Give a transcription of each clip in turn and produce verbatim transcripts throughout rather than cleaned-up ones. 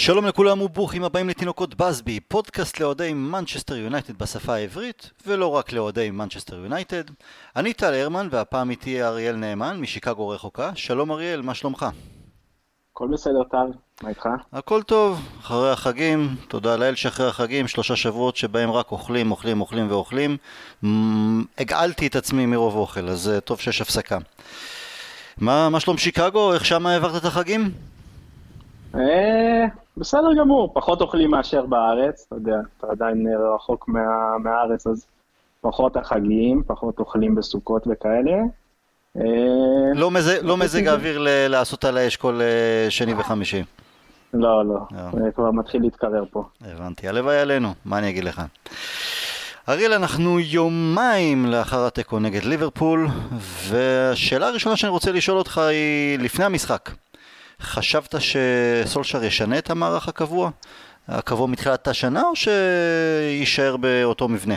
שלום לכולם וברוכים הבאים לתינוקות בסבי, פודקאסט לאוהדי מנצ'סטר יונייטד בשפה העברית, ולא רק לאוהדי מנצ'סטר יונייטד. אני טל הרמן והפעם איתי אריאל נאמן משיקגו רחוקה. שלום אריאל, מה שלומך? הכל בסדר טל, מה איתך? הכל טוב, אחרי החגים, תודה לאל שאחרי החגים, שלושה שבועות שבהם רק אוכלים, אוכלים, אוכלים ואוכלים. הגעלתי את עצמי מרוב אוכל, אז טוב שיש הפסקה. מה, מה שלום שיקגו? איך שם העברת את החגים? אה, בסדר גמור, פחות אוכלים מאשר בארץ, אתה יודע, אתה עדיין רחוק מה, מהארץ, אז פחות החגים, פחות אוכלים בסוכות וכאלה. אה, לא, מזג, לא מזג האוויר ל- לעשות על האש כל אה, שני וחמישי. לא, לא, לא. זה כבר מתחיל להתקרר פה. הבנתי, הלוואי עלינו, מה אני אגיד לך? אריאל, אנחנו יומיים לאחר התיקו נגד ליברפול, והשאלה הראשונה שאני רוצה לשאול אותך היא לפני המשחק. חשבת שסולשר ישנה את המערך הקבוע? הקבוע מתחילת השנה או שישאר באותו מבנה?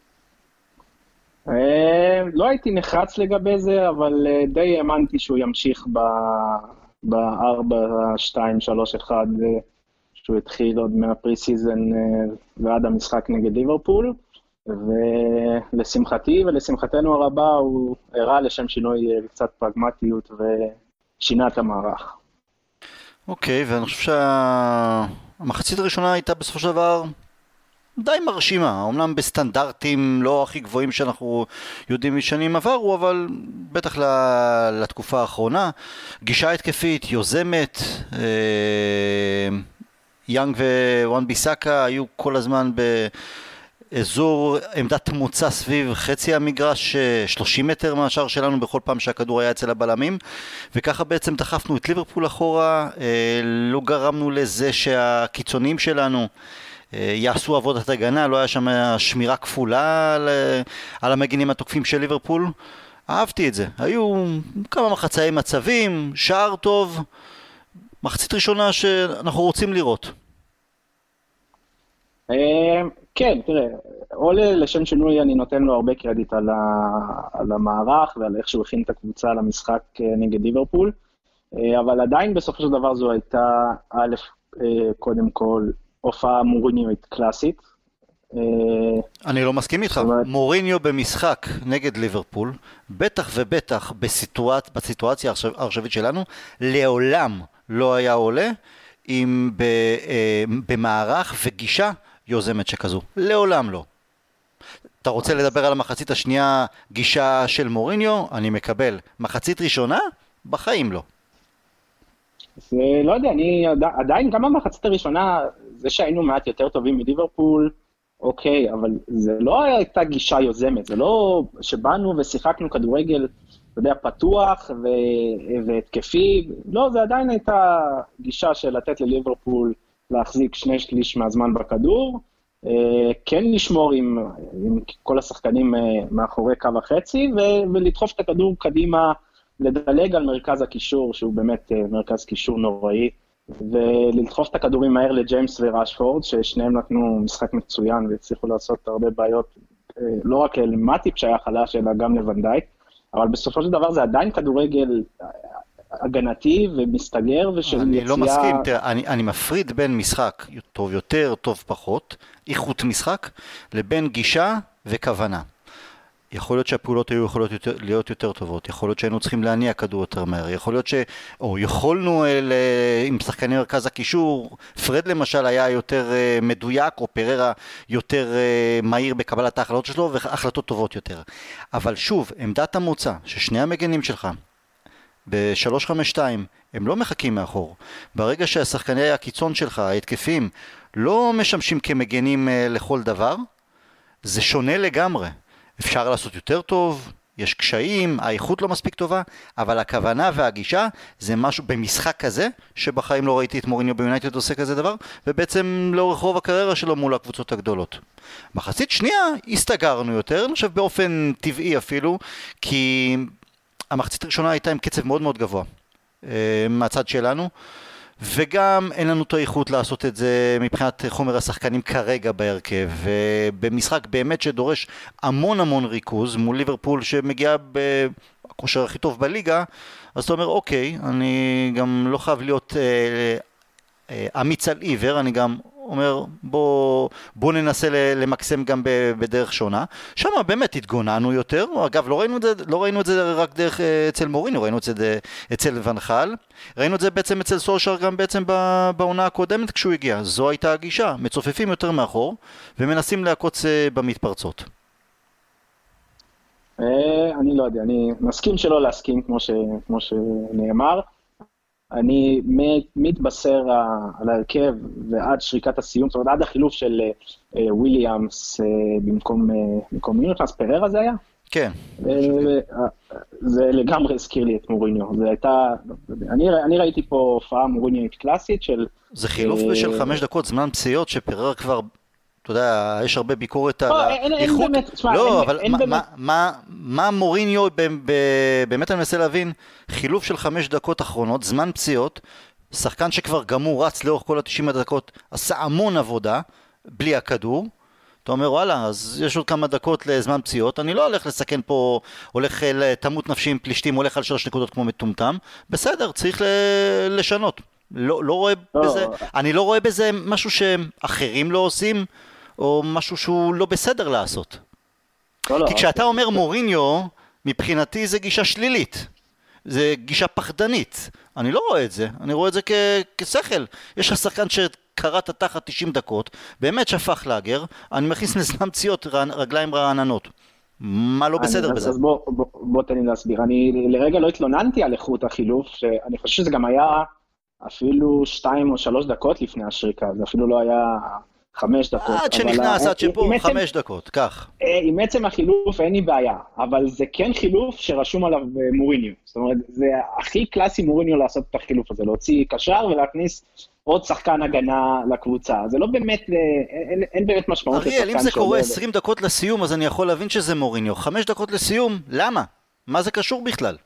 אה, לא הייתי נחרץ לגבי זה, אבל אה, די האמנתי שהוא ימשיך ב-ארבע שתיים שלוש אחת, שהוא התחיל עוד מהפרי סיזן אה, ועד המשחק נגד ליברפול, ולשמחתי ולשמחתנו הרבה הוא הראה לשם שינוי אה, קצת פרגמטיות ושינה את המערך. אוקיי, ואני חושב שהמחצית הראשונה הייתה בסופו של דבר די מרשימה, אומנם בסטנדרטים לא הכי גבוהים שאנחנו יודעים משנים עברו, אבל בטח לתקופה האחרונה. גישה התקפית, יוזמת, יאנג ווואן ביסאקה היו כל הזמן באזור עמדת מוצא סביב חצי המגרש, שלושים מטר מהשאר שלנו בכל פעם שהכדור היה אצל הבלמים, וככה בעצם דחפנו את ליברפול אחורה. לא גרמנו לזה שהקיצונים שלנו יעשו עבודת הגנה, לא היה שם שמירה כפולה על, על המגינים התוקפים של ליברפול. אהבתי את זה, היו כמה מחצאי מצבים, שער טוב, מחצית ראשונה שאנחנו רוצים לראות. כן, תראה, עולה לשם שינוי אני נותן לו הרבה קרדיט על, ה, על המערך ועל איך שהוא הכין את הקבוצה למשחק נגד ליברפול, אבל עדיין בסופו של דבר זו הייתה א', קודם כל, הופעה מוריניואית קלאסית. אני לא מסכים איתך. מוריניו במשחק נגד ליברפול, בטח ובטח בסיטואצ... בסיטואציה העכשווית שלנו, לעולם לא היה עולה עם ב... במערך וגישה יוזמת שכזו. לעולם לא. אתה רוצה לדבר על המחצית השנייה, גישה של מוריניו? אני מקבל. מחצית ראשונה? בחיים לא. זה לא יודע, אני עדיין גם במחצית הראשונה, זה שהיינו מעט יותר טובים מליברפול, אוקיי, אבל זה לא הייתה גישה יוזמת, זה לא שבאנו ושיחקנו כדורגל, אתה יודע, פתוח ו- והתקפי, לא, זה עדיין הייתה גישה של לתת לליברפול להחזיק שני שליש מהזמן בכדור, כן לשמור עם, עם כל השחקנים מאחורי קו החצי, ו- ולדחוף את הכדור קדימה, לדלג על מרכז הקישור, שהוא באמת מרכז קישור נוראי, ולדחוף את הכדורים מהר לג'יימס וראשפורד, ששניהם נתנו משחק מצוין, והצליחו לעשות הרבה בעיות, לא רק למטיפ שהיה חלש, אלא גם לוונדייק, אבל בסופו של דבר זה עדיין כדורגל הגנתי ומסתגר, ושל אני יציאה... לא מסכים, תראה, אני, אני מפריד בין משחק טוב יותר, טוב פחות, איכות משחק, לבין גישה וכוונה. יכול להיות שהפעולות היו יכולות יותר, להיות יותר טובות, יכול להיות שהיינו צריכים להניע כדור יותר מהר, יכול להיות ש... או יכולנו אל, עם שחקני מרכז הקישור, פרד למשל היה יותר מדויק, או פררה יותר מהיר בקבלת ההחלטות שלו, והחלטות טובות יותר. אבל שוב, עמדת המוצא, ששני המגנים שלך, ב-שלוש חמש שתיים, הם לא מחכים מאחור. ברגע שהשחקני הקיצון שלך, ההתקפים, לא משמשים כמגנים לכל דבר, זה שונה לגמרי. אפשר לעשות יותר טוב, יש קשיים, האיכות לא מספיק טובה, אבל הכוונה והגישה זה משהו במשחק כזה, שבחיים לא ראיתי את מוריניו ביונייטד עושה כזה דבר, ובעצם לאורך רוב הקריירה שלו מול הקבוצות הגדולות. מחצית שנייה הסתגרנו יותר, אני חושב באופן טבעי אפילו, כי המחצית הראשונה הייתה עם קצב מאוד מאוד גבוה מהצד שלנו, וגם אין לנו את האיכות לעשות את זה מבחינת חומר השחקנים כרגע בהרכב, ובמשחק באמת שדורש המון המון ריכוז מול ליברפול שמגיעה בכושר הכי טוב בליגה, אז אתה אומר אוקיי, אני גם לא חייב להיות אה, אמיץ על עיוור, אני גם אומר, בוא, בוא ננסה למקסם גם בדרך שונה. שם באמת התגוננו יותר, אגב, לא ראינו את זה, לא ראינו את זה רק דרך אצל מוריניו, ראינו את זה אצל ונחל, ראינו את זה בעצם אצל סולשר גם בעצם בעונה הקודמת כשהוא הגיע. זו הייתה הגישה, מצופפים יותר מאחור, ומנסים להקוץ במתפרצות. אני לא יודע, אני מסכים שלא להסכים כמו ש, כמו שנאמר. אני מתבשר על ההרכב ועד שריקת הסיום, זאת אומרת עד החילוף של וויליאמס במקום מוריניו, אז פררה זה היה? כן. זה לגמרי הזכיר לי את מוריניו, זה הייתה, אני ראיתי פה הופעה מוריניו קלאסית של... זה חילוף של חמש דקות זמן פציעות שפררה כבר... אתה יודע, יש הרבה ביקורת על האיכות. לא, אבל מה מוריניו, באמת אני מנסה להבין, חילוף של חמש דקות אחרונות, זמן פציעות, שחקן שכבר גמור רץ לאורך כל ה-תשעים דקות, עשה המון עבודה, בלי הכדור, אתה אומר, וואלה, אז יש עוד כמה דקות לזמן פציעות, אני לא הולך לסכן פה, הולך לתמות נפשי עם פלישתים, הולך על שלוש נקודות כמו מטומטם, בסדר, צריך לשנות. לא, לא רואה בזה, אני לא רואה בזה משהו שאחרים לא עושים, או משהו שהוא לא בסדר לעשות. לא, כי לא, כשאתה לא, אומר לא. מוריניו, מבחינתי זה גישה שלילית. זה גישה פחדנית. אני לא רואה את זה. אני רואה את זה כ- כשכל. יש השחקן שקראת תחת תשעים דקות, באמת שפך לאגר, אני מכניס לזמן פציעות רגליים רעננות. מה לא בסדר אני, בזה? אז בוא, בוא, בוא תן לי להסביר. אני לרגע לא התלוננתי על איכות החילוף, שאני חושב שזה גם היה אפילו שתיים או שלוש דקות לפני השריקה, זה אפילו לא היה... חמש דקות. עד שנכנס, עד שפה, חמש דקות, כך. עם עצם החילוף אין לי בעיה, אבל זה כן חילוף שרשום עליו מוריניו. זאת אומרת, זה הכי קלאסי מוריניו לעשות את החילוף הזה, להוציא קשר ולהכניס עוד שחקן הגנה לקבוצה. זה לא באמת, אין, אין באמת משמעות לשחקן. אריאל, אם זה קורה עשרים דקות לסיום, אז אני יכול להבין שזה מוריניו. חמש דקות לסיום, למה? מה זה קשור בכלל?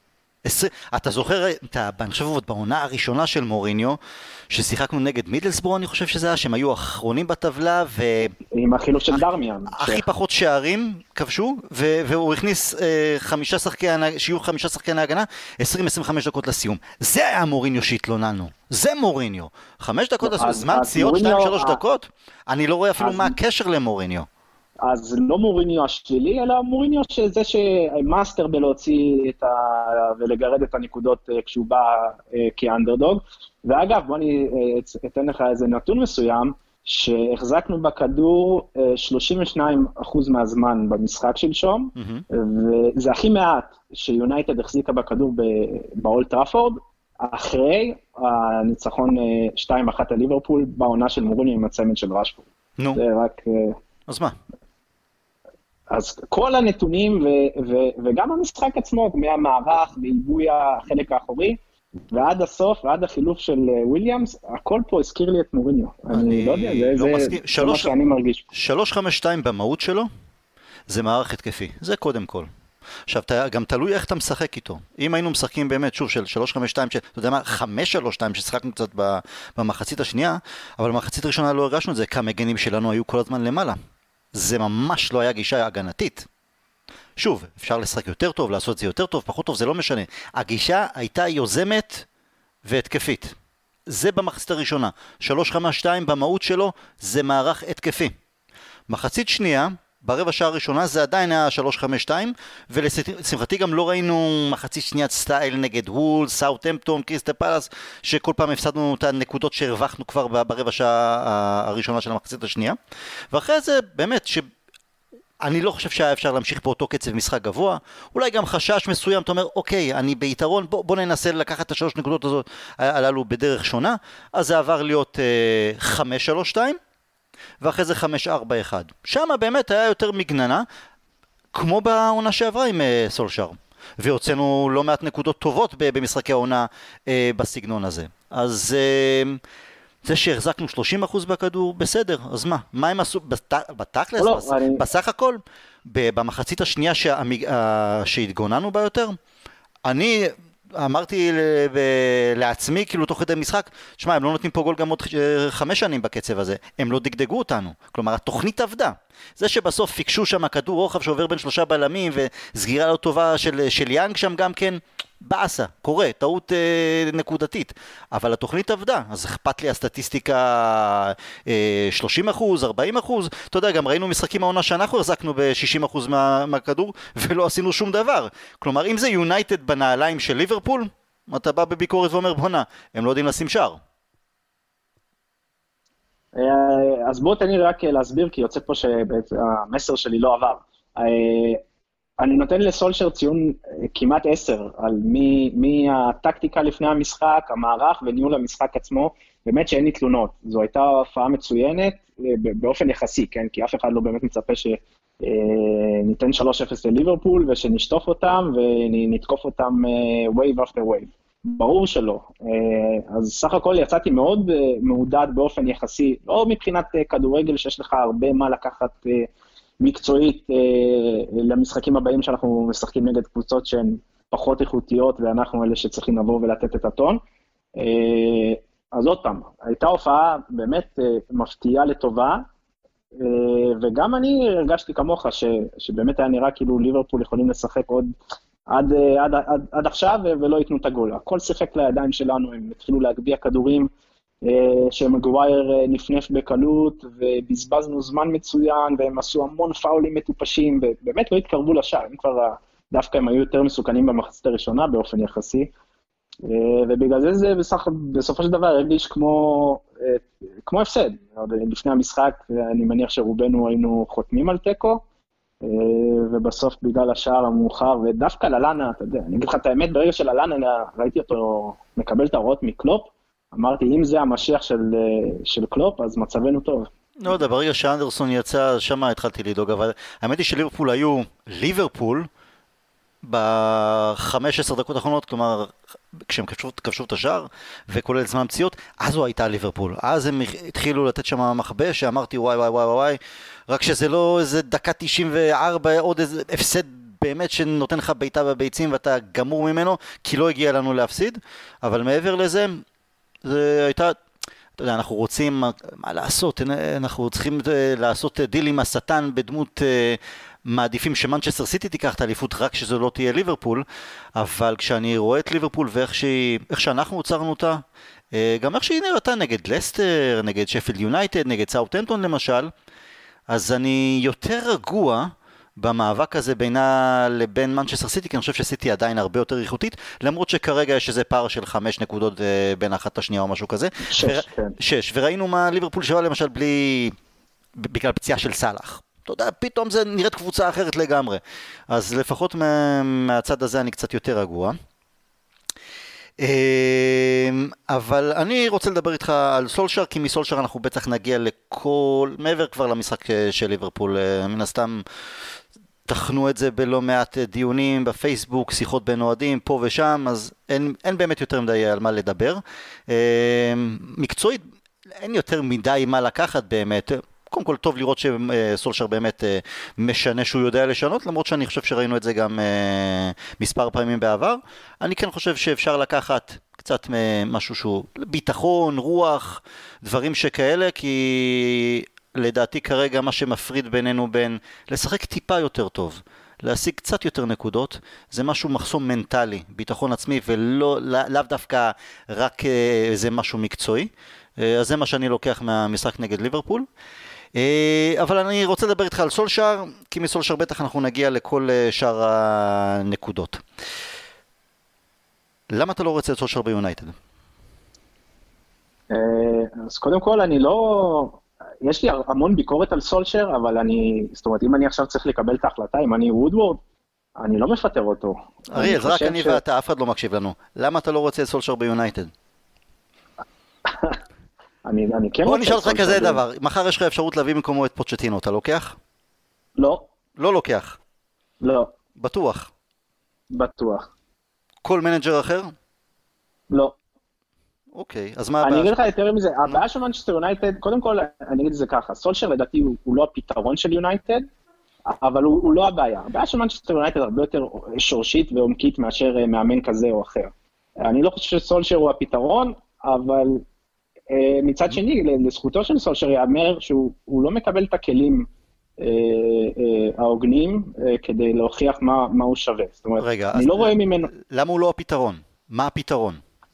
אתה זוכר, אני חושב בעונה הראשונה של מוריניו, ששיחקנו נגד מידלסבורו, אני חושב שזה היה, שהם היו אחרונים בטבלה, ו... עם החילוף של דרמיאן. הכי פחות שערים כבשו, והוא הכניס חמישה שחקני, שיהיו חמישה שחקני ההגנה, עשרים עד עשרים וחמש דקות לסיום. זה היה מוריניו שהתלוננו. זה מוריניו. חמש דקות לסיום, זמן פציעות, שתיים שלוש דקות, אני לא רואה אפילו מה הקשר למוריניו. אז לא מוריניו השלילי, אלא מוריניו שזה שמאסטר בלהוציא את ה... ולגרד את הנקודות כשהוא בא כאנדרדוג. ואגב, בוא אני אתן לך איזה נתון מסוים, שהחזקנו בכדור שלושים ושניים אחוז מהזמן במשחק שלשום, mm-hmm. וזה הכי מעט שיונייטד החזיקה בכדור באולד טראפורד, אחרי הניצחון שתיים אחת על ליברפול, בעונה של מוריניו עם הצמד של רשפורד. נו, זה רק... אז מה? אז כל הנתונים ו- ו- וגם המשחק עצמו, מהמערך, מעיבוי החלק האחורי, ועד הסוף, ועד החילוף של וויליאמס, הכל פה הזכיר לי את מוריניו. אני לא יודע, זה, לא זה, זה מה שאני מרגיש. שלוש חמש שתיים במהות שלו, זה מערך התקפי, זה קודם כל. עכשיו, גם תלוי איך אתה משחק איתו. אם היינו משחקים באמת, שוב, של שלוש חמש שתיים, אתה יודע מה, חמש שלוש שתיים, ששחקנו קצת במחצית השנייה, אבל במחצית הראשונה לא הרגשנו את זה, כמה מגנים שלנו היו כל הזמן למעלה. זה ממש לא היה גישה הגנתית. שוב, אפשר לשחק יותר טוב, לעשות זה יותר טוב, פחות טוב, זה לא משנה. הגישה הייתה יוזמת והתקפית. זה במחצית הראשונה. שלוש חמש שתיים במהות שלו, זה מערך התקפי. מחצית שנייה, ברבע שעה הראשונה, זה עדיין היה שלוש חמש שתיים, ולשמחתי גם לא ראינו מחצית שניית סטייל נגד וול, סאות'המפטון, קריסטל פלאס, שכל פעם הפסדנו את הנקודות שהרווחנו כבר ברבע שעה הראשונה של המחצית השנייה. ואחרי זה, באמת, ש... אני לא חושב שהיה אפשר להמשיך באותו קצב משחק גבוה, אולי גם חשש מסוים, אתה אומר, אוקיי, אני ביתרון, בוא, בוא ננסה לקחת את השלוש נקודות הזאת הללו בדרך שונה, אז זה עבר להיות אה, חמש שלוש שתיים, ואחרי זה חמש ארבע אחד. שם באמת היה יותר מגננה, כמו בעונה שעברה עם אה, סולשר, והוצאנו לא מעט נקודות טובות במשחקי העונה אה, בסגנון הזה. אז... אה, זה שהחזקנו שלושים אחוז בכדור, בסדר, אז מה? מה הם עשו? בתכלס, לא, בס... אני... בסך הכל, במחצית השנייה שהמג... שהתגוננו בה יותר, אני אמרתי ל... לעצמי, כאילו תוך כדי משחק, שמה, הם לא נותנים פה גול גם עוד חמש שנים בקצב הזה, הם לא דגדגו אותנו, כלומר, התוכנית עבדה. זה שבסוף פיקשו שם כדור רוחב שעובר בין שלושה בלמים, וסגירה לא טובה של, של יאנג שם גם כן, באסה, קורה, טעות אה, נקודתית, אבל התוכנית עבדה, אז אכפת לי הסטטיסטיקה אה, שלושים אחוז, ארבעים אחוז, אתה יודע, גם ראינו משחקים העונה שאנחנו החזקנו ב-שישים אחוז מה, מהכדור, ולא עשינו שום דבר. כלומר, אם זה יונייטד בנעליים של ליברפול, אתה בא בביקורת ואומר, בונה, הם לא יודעים לשים שער. אז בוא תן לי רק להסביר, כי יוצא פה שהמסר שלי לא עבר. אני נותן לסולשר ציון כמעט עשר, על מי, מי הטקטיקה לפני המשחק, המערך וניהול המשחק עצמו, באמת שאין לי תלונות. זו הייתה הופעה מצוינת באופן יחסי, כן? כי אף אחד לא באמת מצפה שניתן שלוש אפס לליברפול, ושנשטוף אותם ונתקוף אותם wave after wave. ברור שלא. אז סך הכל יצאתי מאוד מעודד באופן יחסי, לא מבחינת כדורגל שיש לך הרבה מה לקחת מקצועית למשחקים הבאים שאנחנו משחקים נגד קבוצות שהן פחות איכותיות, ואנחנו אלה שצריכים לבוא ולתת את הטון. אז עוד פעם, הייתה הופעה באמת מפתיעה לטובה, וגם אני הרגשתי כמוך ש, שבאמת היה נראה כאילו ליברפול יכולים לשחק עוד עד, עד, עד, עד עכשיו ולא ייתנו את הגול. הכל שיחק לידיים שלנו, הם התחילו להגביה כדורים, שמגווייר נפנף בקלות, ובזבזנו זמן מצוין, והם עשו המון פאולים מטופשים, ובאמת לא התקרבו לשער, הם כבר דווקא הם היו יותר מסוכנים במחצית הראשונה באופן יחסי, ובגלל זה זה בסך, בסופו של דבר הרגיש כמו, כמו הפסד. לפני המשחק אני מניח שרובנו היינו חותמים על טקו, ובסוף בגלל השער המאוחר, ודווקא ללאנה, אתה יודע, אני אגיד לך את האמת, ברגע של ללאנה ראיתי אותו מקבל את ההוראות מקלופ, אמרתי, אם זה המשיח של, של קלופ, אז מצבנו טוב. לא יודע, ברגע שאנדרסון יצא, שמה התחלתי לדאוג, אבל האמת היא שליברפול היו ליברפול ב-חמש עשרה דקות האחרונות, כלומר, כשהם כבשו, כבשו את השער, וכולל זמן פציעות, אז הוא הייתה ליברפול. אז הם התחילו לתת שם מחבה, שאמרתי, וואי וואי וואי וואי, רק שזה לא איזה דקה תשעים וארבע, עוד איזה הפסד באמת שנותן לך ביתה בביצים, ואתה גמור ממנו, כי לא הגיע לנו להפסיד, אבל מעבר לזה, זה הייתה, אתה יודע, אנחנו רוצים, מה, מה לעשות, אנחנו צריכים לעשות דיל עם השטן בדמות, מעדיפים שמנצ'סטר סיטי תיקח את האליפות רק שזו לא תהיה ליברפול, אבל כשאני רואה את ליברפול ואיך שהיא, איך שאנחנו הוצרנו אותה, גם איך שהיא נראתה נגד לסטר, נגד שפילד יונייטד, נגד סאות'המפטון למשל, אז אני יותר רגוע במאבק הזה בינה לבין מנצ'סטר סיטי, כי אני חושב שסיטי עדיין הרבה יותר איכותית, למרות שכרגע יש איזה פער של חמש נקודות בין אחת השנייה או משהו כזה. שש, כן. שש, וראינו מה ליברפול שווה למשל בלי, בגלל פציעה של סלאח. אתה יודע, פתאום זה נראית קבוצה אחרת לגמרי. אז לפחות מהצד הזה אני קצת יותר רגוע. אבל אני רוצה לדבר איתך על סולשר, כי מסולשר אנחנו בטח נגיע לכל, מעבר כבר למשחק של ליברפול, מן הסתם תכנו את זה בלא מעט דיונים בפייסבוק, שיחות בין אוהדים, פה ושם, אז אין, אין באמת יותר מדי על מה לדבר. מקצועית, אין יותר מדי מה לקחת באמת. קודם כל טוב לראות שסולשר באמת משנה שהוא יודע לשנות, למרות שאני חושב שראינו את זה גם מספר פעמים בעבר. אני כן חושב שאפשר לקחת קצת משהו שהוא ביטחון, רוח, דברים שכאלה, כי לדעתי כרגע מה שמפריד בינינו בין לשחק טיפה יותר טוב, להשיג קצת יותר נקודות, זה משהו מחסום מנטלי, ביטחון עצמי, ולא לאו דווקא רק זה משהו מקצועי. אז זה מה שאני לוקח מהמשחק נגד ליברפול. אבל אני רוצה לדבר איתך על סולשר, כי מסולשר בטח אנחנו נגיע לכל שאר הנקודות. למה אתה לא רוצה את סולשר ביונייטד? אז קודם כל אני לא, יש לי המון ביקורת על סולשר, אבל אני, זאת אומרת, אם אני עכשיו צריך לקבל את ההחלטה, אם אני וודוורד, אני לא מפטר אותו. אריאל, רק אני ואתה, אף אחד לא מקשיב לנו. למה אתה לא רוצה את סולשר ביונייטד? אני, אני כן בוא נשאל אותך כזה דבר, מחר יש לך אפשרות להביא במקומו את פוצ'טינו, אתה לוקח? לא. לא לוקח? לא. בטוח? בטוח. כל מנג'ר אחר? לא. אוקיי, אז מה הבעיה? אני אגיד לך יותר מזה, הבעיה של מנצ'סטר יונייטד, קודם כל אני אגיד את זה ככה, סולשר לדעתי הוא, הוא לא הפתרון של יונייטד, אבל הוא, הוא לא הבעיה. הבעיה של מנצ'סטר יונייטד הרבה יותר שורשית ועומקית מאשר מאמן כזה או אחר. אני לא חושב שסולשר הוא הפתרון, אבל מצד שני, לזכותו של סולשר יאמר שהוא לא מקבל את הכלים ההוגנים כדי להוכיח מה, מה הוא שווה. זאת אומרת, רגע, אני לא רואה ממנו... למה הוא לא הפתרון? מה הפתרון?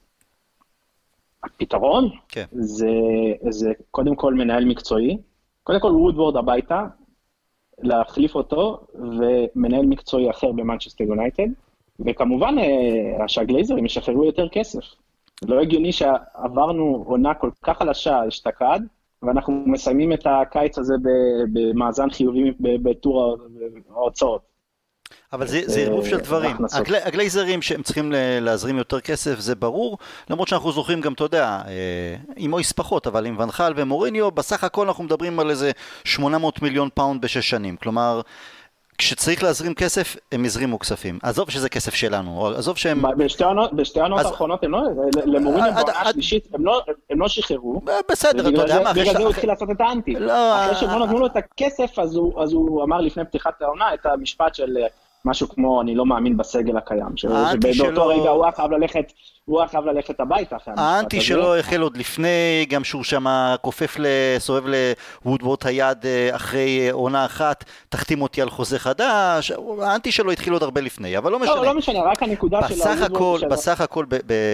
הפתרון? כן. זה, זה קודם כל מנהל מקצועי, קודם כל וודוורד הביתה, להחליף אותו, ומנהל מקצועי אחר במנצ'סטר יונייטד, וכמובן שהגלייזרים ישחררו יותר כסף. לא הגיוני שעברנו עונה כל כך חלשה אשתקד, ואנחנו מסיימים את הקיץ הזה במאזן חיובי בטור ההוצאות. אבל זה, זה ערבוב של דברים. הגלי, הגלייזרים שהם צריכים להזרים יותר כסף, זה ברור, למרות שאנחנו זוכרים גם, אתה יודע, עם מויס פחות, אבל עם ונחל ומוריניו, בסך הכל אנחנו מדברים על איזה שמונה מאות מיליון פאונד בשש שנים. כלומר, כשצריך להזרים כסף, הם יזרימו כספים. עזוב שזה כסף שלנו, עזוב שהם... בשתי העונות האחרונות, למוריניו בעונה השלישית, הם לא שחררו. בסדר, אתה יודע מה... בגלל זה הוא התחיל לעשות את האנטי. אחרי שהם לא נתנו לו את הכסף, אז הוא אמר לפני פתיחת העונה את המשפט של... משהו כמו, אני לא מאמין בסגל הקיים, שבאותו רגע הוא חייב ללכת, הוא חייב ללכת הביתה. האנטי שלו החל עוד לפני, גם שהוא שם כופף לסובב לוודוורד היד אחרי עונה אחת, תחתים אותי על חוזה חדש, האנטי שלו התחיל עוד הרבה לפני, אבל לא משנה. לא, לא משנה, רק הנקודה של הוודוורד. בסך הכל,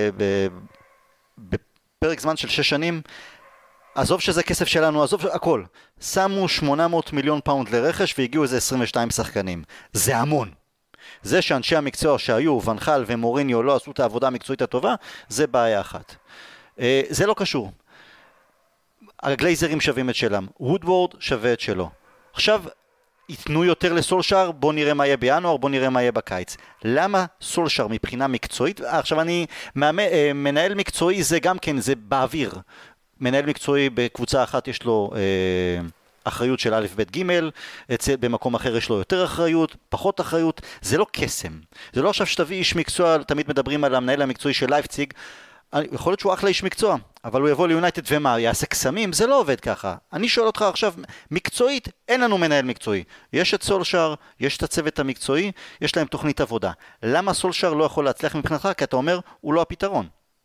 בפרק זמן של שש שנים, עזוב שזה כסף שלנו, עזוב הכל, שמו שמונה מאות מיליון פאונד לרכש והגיעו איזה עשרים ושתיים שחקנים. זה המון. זה שאנשי המקצוע שהיו, ונחל ומוריניו לא עשו את העבודה המקצועית הטובה, זה בעיה אחת. זה לא קשור. הגלייזרים שווים את שלם, וודוורד שווה את שלו. עכשיו, ייתנו יותר לסולשר, בוא נראה מה יהיה בינואר, בוא נראה מה יהיה בקיץ. למה סולשר מבחינה מקצועית? עכשיו אני, מנהל מקצועי זה גם כן, זה באוויר. מנהל מקצועי בקבוצה אחת יש לו אה, אחריות של א' ב' ג', אצל, במקום אחר יש לו יותר אחריות, פחות אחריות, זה לא קסם. זה לא עכשיו שתביא איש מקצוע, תמיד מדברים על המנהל המקצועי של לייפציג, יכול להיות שהוא אחלה איש מקצוע, אבל הוא יבוא ליונייטד ומה, יעשה קסמים? זה לא עובד ככה. אני שואל אותך עכשיו, מקצועית, אין לנו מנהל מקצועי. יש את סולשר, יש את הצוות המקצועי, יש להם תוכנית עבודה. למה סולשר לא יכול להצליח מבחינתך? כי אתה אומר, הוא לא הפתרון.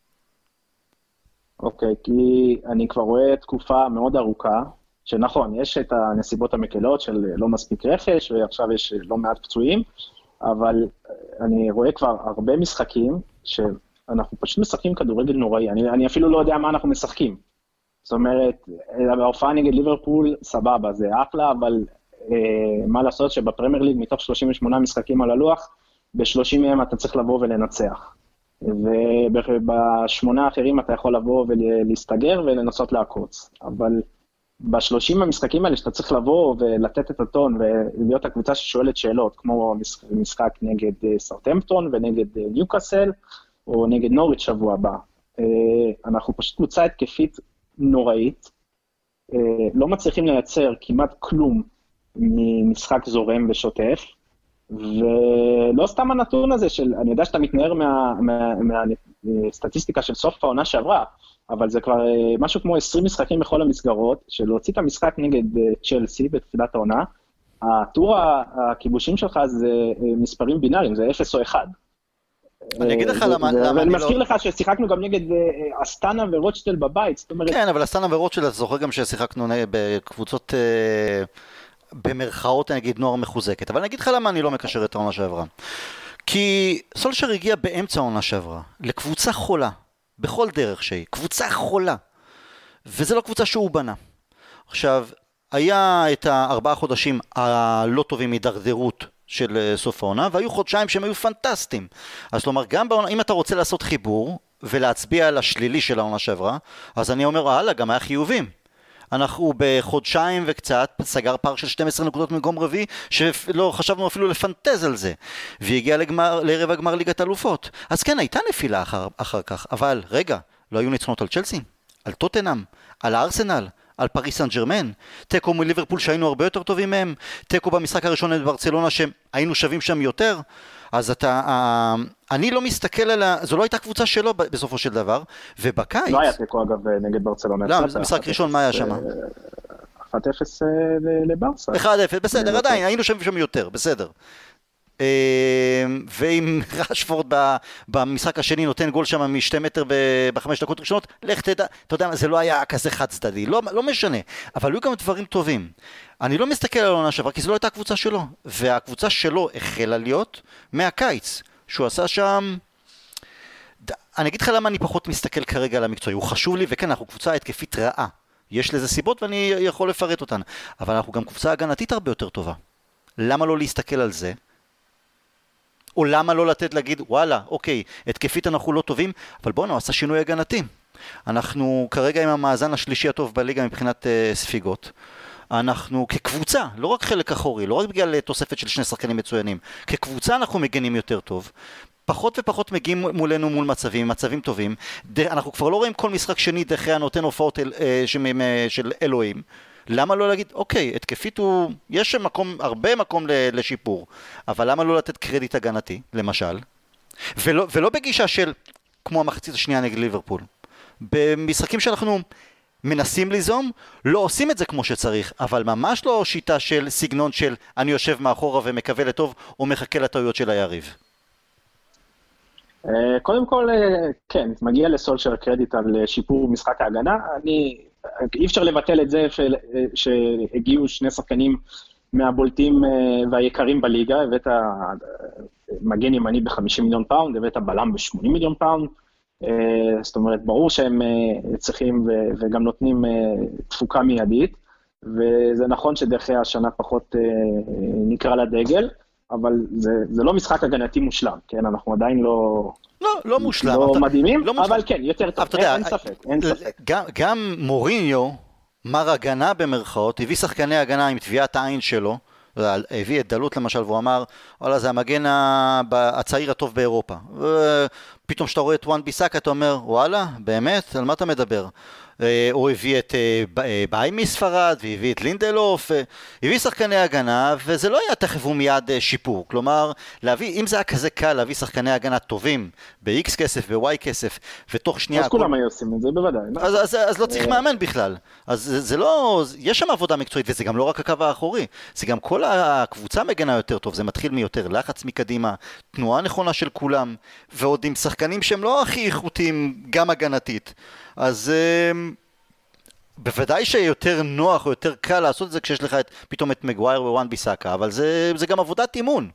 אוקיי, okay, כי אני כבר רואה תקופה מאוד ארוכה, שנכון, יש את הנסיבות המקלות של לא מספיק רכש, ועכשיו יש לא מעט פצועים, אבל אני רואה כבר הרבה משחקים, שאנחנו פשוט משחקים כדורגל נוראי, אני, אני אפילו לא יודע מה אנחנו משחקים. זאת אומרת, ההופעה נגד ליברפול, סבבה, זה אחלה, אבל אה, מה לעשות שבפרמייר ליג, מתוך שלושים ושמונה משחקים על הלוח, ב-שלושים מהם אתה צריך לבוא ולנצח. ובשמונה האחרים אתה יכול לבוא ולהסתגר ולנסות לעקוץ, אבל בשלושים המשחקים האלה שאתה צריך לבוא ולתת את הטון ולהיות הקבוצה ששואלת שאלות, כמו משחק נגד סאות'המפטון ונגד ניוקאסל או נגד נוריץ' שבוע הבא, אנחנו פשוט קבוצה התקפית נוראית, לא מצליחים לייצר כמעט כלום ממשחק זורם ושוטף, ולא סתם הנתון הזה של, אני יודע שאתה מתנער מהסטטיסטיקה של סוף העונה שעברה, אבל זה כבר משהו כמו עשרים משחקים בכל המסגרות, של להוציא את המשחק נגד צ'לסי בתחילת העונה, הטור הכיבושים שלך זה מספרים בינאריים, זה אפס או אחד. אני אגיד לך למה אני לא... ואני מזכיר לך ששיחקנו גם נגד אסטנה ורוטשטל בבית, זאת אומרת... כן, אבל אסטנה ורוטשטל, אתה זוכר גם ששיחקנו בקבוצות... במרכאות אני אגיד נוער מחוזקת, אבל אני אגיד לך למה אני לא מקשר את העונה שעברה. כי סולשר הגיע באמצע העונה שעברה, לקבוצה חולה, בכל דרך שהיא, קבוצה חולה, וזה לא קבוצה שהוא בנה. עכשיו, היה את הארבעה חודשים הלא טובים מדרדרות של סוף העונה, והיו חודשיים שהם היו פנטסטיים. אז כלומר, גם בעונה, אם אתה רוצה לעשות חיבור, ולהצביע על השלילי של העונה שעברה, אז אני אומר, הלאה, גם היה חיובים. אנחנו בחודשיים וקצת סגר פער של שתים עשרה נקודות ממקום רביעי שלא חשבנו אפילו לפנטז על זה, והגיע לגמר, לערב הגמר ליגת אלופות. אז כן, הייתה נפילה אחר, אחר כך, אבל רגע, לא היו ניצחונות על צ'לסי, על טוטנהאם, על הארסנל, על פריס סן ז'רמן, טקו מליברפול שהיינו הרבה יותר טובים מהם, טקו במשחק הראשון בברצלונה שהיינו שווים שם יותר. אז אתה, אני לא מסתכל על ה... זו לא הייתה קבוצה שלו בסופו של דבר, ובקיץ... לא היה טקו אגב נגד ברצלונה. לא, משחק ראשון מה היה שם? אחת אפס לברסה. אחת אפס, בסדר, עדיין, היינו שווים שם יותר, בסדר. ואם רשפורד במשחק השני נותן גול שם משתי מטר בחמש דקות ראשונות, לך תדע, אתה יודע, זה לא היה כזה חד צדדי, לא, לא משנה, אבל היו גם דברים טובים. אני לא מסתכל על העונה שעברה, כי זו לא הייתה הקבוצה שלו, והקבוצה שלו החלה להיות מהקיץ, שהוא עשה שם, אני אגיד לך למה אני פחות מסתכל כרגע על המקצועי, הוא חשוב לי, וכן, אנחנו קבוצה התקפית רעה, יש לזה סיבות ואני יכול לפרט אותן, אבל אנחנו גם קבוצה הגנתית הרבה יותר טובה. למה לא להסתכל על זה? או למה לא לתת להגיד, וואלה, אוקיי, התקפית אנחנו לא טובים, אבל בואו נעשה שינוי הגנתי. אנחנו כרגע עם המאזן השלישי הטוב בליגה מבחינת uh, ספיגות. אנחנו כקבוצה, לא רק חלק אחורי, לא רק בגלל תוספת של שני שחקנים מצוינים, כקבוצה אנחנו מגנים יותר טוב. פחות ופחות מגיעים מולנו מול מצבים, מצבים טובים. אנחנו כבר לא רואים כל משחק שני דחיה נותן הופעות אל, uh, של אלוהים. למה לא להגיד, אוקיי, התקפית הוא, יש מקום, הרבה מקום לשיפור, אבל למה לא לתת קרדיט הגנתי, למשל? ולא, ולא בגישה של, כמו המחצית השנייה נגד ליברפול. במשחקים שאנחנו מנסים ליזום, לא עושים את זה כמו שצריך, אבל ממש לא שיטה של סגנון של אני יושב מאחורה ומקווה לטוב, או מחכה לטעויות של היריב. קודם כל, כן, מגיע לסולשר קרדיט על שיפור משחק ההגנה, אני... אי אפשר לבטל את זה שהגיעו שני שחקנים מהבולטים והיקרים בליגה, הבאת מגן ימני ב-חמישים מיליון פאונד, הבאת בלם ב-שמונים מיליון פאונד, זאת אומרת, ברור שהם צריכים וגם נותנים תפוקה מיידית, וזה נכון שדרכי השנה פחות נקרא לדגל, אבל זה, זה לא משחק הגנתי מושלם, כן? אנחנו עדיין לא... לא, לא מושלם. לא אתה, מדהימים, לא אבל מושלם. כן, יותר טוב, אין, אין ספק, אין ספק. גם, גם מוריניו, מר הגנה במרכאות, הביא שחקני הגנה עם תביעת העין שלו, הביא את דלות למשל, והוא אמר, וואלה, זה המגן הצעיר הטוב באירופה. ופתאום שאתה רואה את וואן ביסאקה, אתה אומר, וואלה, באמת? על מה אתה מדבר? הוא הביא את ביי מספרד, והביא את לינדלוף, הביא שחקני הגנה, וזה לא היה תכף ומיד שיפור. כלומר, להביא, אם זה היה כזה קל להביא שחקני הגנה טובים, ב-X כסף, ב-Y כסף, ותוך שנייה... אז כולם היו עושים את זה, בוודאי. אז, אז, אז לא צריך מאמן בכלל. אז זה, זה לא... יש שם עבודה מקצועית, וזה גם לא רק הקו האחורי. זה גם כל הקבוצה מגנה יותר טוב, זה מתחיל מיותר לחץ מקדימה, תנועה נכונה של כולם, ועוד עם שחקנים שהם לא הכי איכותיים, גם הגנתית. אז בוודאי שיותר נוח או יותר קל לעשות את זה כשיש לך את, פתאום את מגווייר ווואן ביסאקה, אבל זה, זה גם עבודת אימון.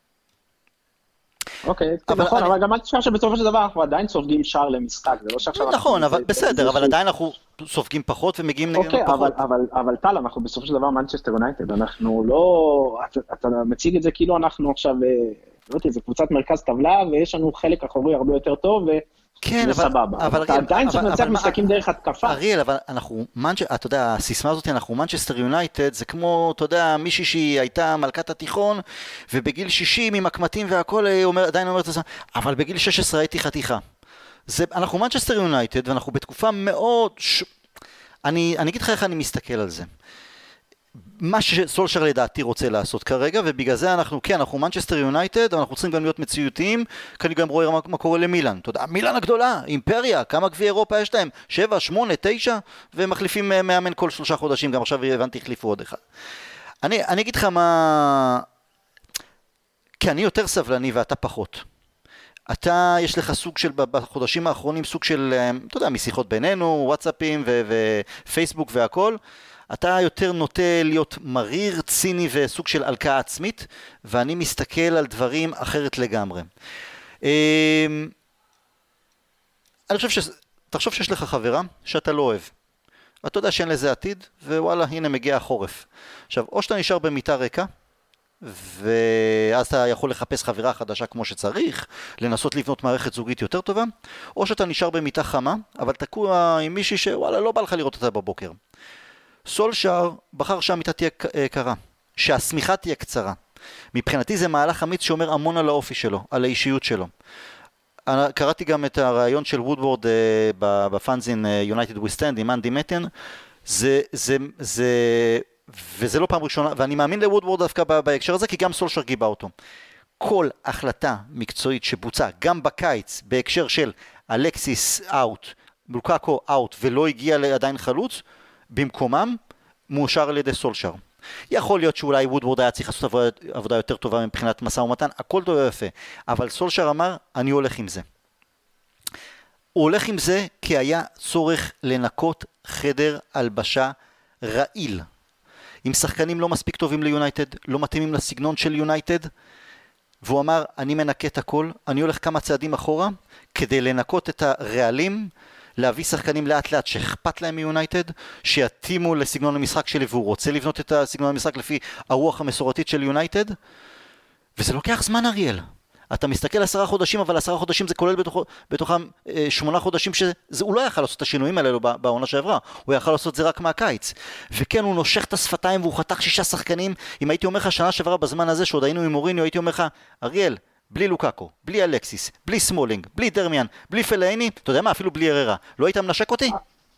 אוקיי, נכון, אבל גם אל תשכח שבסופו של דבר אנחנו עדיין סופגים שער למשחק, זה לא שעכשיו... נכון, אבל בסדר, אבל עדיין אנחנו סופגים פחות ומגיעים נגד פחות. אוקיי, אבל טל, אנחנו בסופו של דבר מנצ'סטר יונייטד, אנחנו לא... אתה מציג את זה כאילו אנחנו עכשיו, לא יודע, זה קבוצת מרכז טבלה, ויש לנו חלק אחורי הרבה יותר טוב, כן, אבל, אבל אתה עדיין צריך לנצח משחקים דרך התקפה. אריאל, אבל אנחנו, אתה יודע, הסיסמה הזאת, אנחנו מנצ'סטר יונייטד, זה כמו, אתה יודע, מישהי שהיא הייתה מלכת התיכון, ובגיל שישים עם הקמטים והכל, עדיין אומרת את זה, אבל בגיל שש עשרה הייתי חתיכה. זה, אנחנו מנצ'סטר יונייטד, ואנחנו בתקופה מאוד, ש... אני, אני אגיד לך איך אני מסתכל על זה. מה שסולשר לדעתי רוצה לעשות כרגע, ובגלל זה אנחנו, כן, אנחנו מנצ'סטר יונייטד, אנחנו צריכים גם להיות מציאותיים, כי אני גם רואה מה, מה קורה למילאן. אתה יודע, מילאן הגדולה, אימפריה, כמה גביעי אירופה יש להם? שבע, שמונה, תשע, ומחליפים מאמן כל שלושה חודשים, גם עכשיו הבנתי, החליפו עוד אחד. אני, אני אגיד לך מה... כי אני יותר סבלני ואתה פחות. אתה, יש לך סוג של, בחודשים האחרונים, סוג של, אתה יודע, משיחות בינינו, וואטסאפים ופייסבוק והכל, אתה יותר נוטה להיות מריר, ציני וסוג של הלקאה עצמית, ואני מסתכל על דברים אחרת לגמרי. אני חושב ש... תחשוב שיש לך חברה שאתה לא אוהב. אתה יודע שאין לזה עתיד, ווואלה, הנה מגיע החורף. עכשיו, או שאתה נשאר במיטה ריקה, ואז אתה יכול לחפש חברה חדשה כמו שצריך, לנסות לבנות מערכת זוגית יותר טובה, או שאתה נשאר במיטה חמה, אבל תקוע עם מישהי שוואלה, לא בא לך לראות אותה בבוקר. סולשר בחר שהמיטה תהיה קרה, שהסמיכה תהיה קצרה. מבחינתי זה מהלך אמיץ שאומר המון על האופי שלו, על האישיות שלו. קראתי גם את הרעיון של וודוורד בפאנזין United We Stand עם אנדי מטן, זה, זה, זה, וזה לא פעם ראשונה, ואני מאמין לוודוורד דווקא בהקשר הזה, כי גם סולשר גיבה אותו. כל החלטה מקצועית שבוצעה, גם בקיץ, בהקשר של אלקסיס אאוט, לוקאקו אאוט, ולא הגיע עדיין חלוץ, במקומם מאושר על ידי סולשר. יכול להיות שאולי וודוורד היה צריך לעשות עבודה, עבודה יותר טובה מבחינת משא ומתן, הכל טוב ויפה, אבל סולשר אמר, אני הולך עם זה. הוא הולך עם זה כי היה צורך לנקות חדר הלבשה רעיל. אם שחקנים לא מספיק טובים ליונייטד, לא מתאימים לסגנון של יונייטד, והוא אמר, אני מנקה את הכל, אני הולך כמה צעדים אחורה, כדי לנקות את הרעלים, להביא שחקנים לאט לאט שאכפת להם מיונייטד, שיתאימו לסגנון המשחק שלי, והוא רוצה לבנות את הסגנון המשחק לפי הרוח המסורתית של יונייטד, וזה לוקח זמן אריאל. אתה מסתכל עשרה חודשים, אבל עשרה חודשים זה כולל בתוך, בתוכם אה, שמונה חודשים שהוא לא יכל לעשות את השינויים האלה בעונה שעברה, הוא יכל לעשות זה רק מהקיץ. וכן, הוא נושך את השפתיים והוא חתך שישה שחקנים. אם הייתי אומר לך שנה שעברה בזמן הזה שעוד היינו עם מוריניו, הייתי אומר לך, אריאל, בלי לוקאקו, בלי אלקסיס, בלי סמולינג, בלי דרמיאן, בלי פלאיני, אתה יודע מה, אפילו בלי הררה, לא היית מנשק אותי?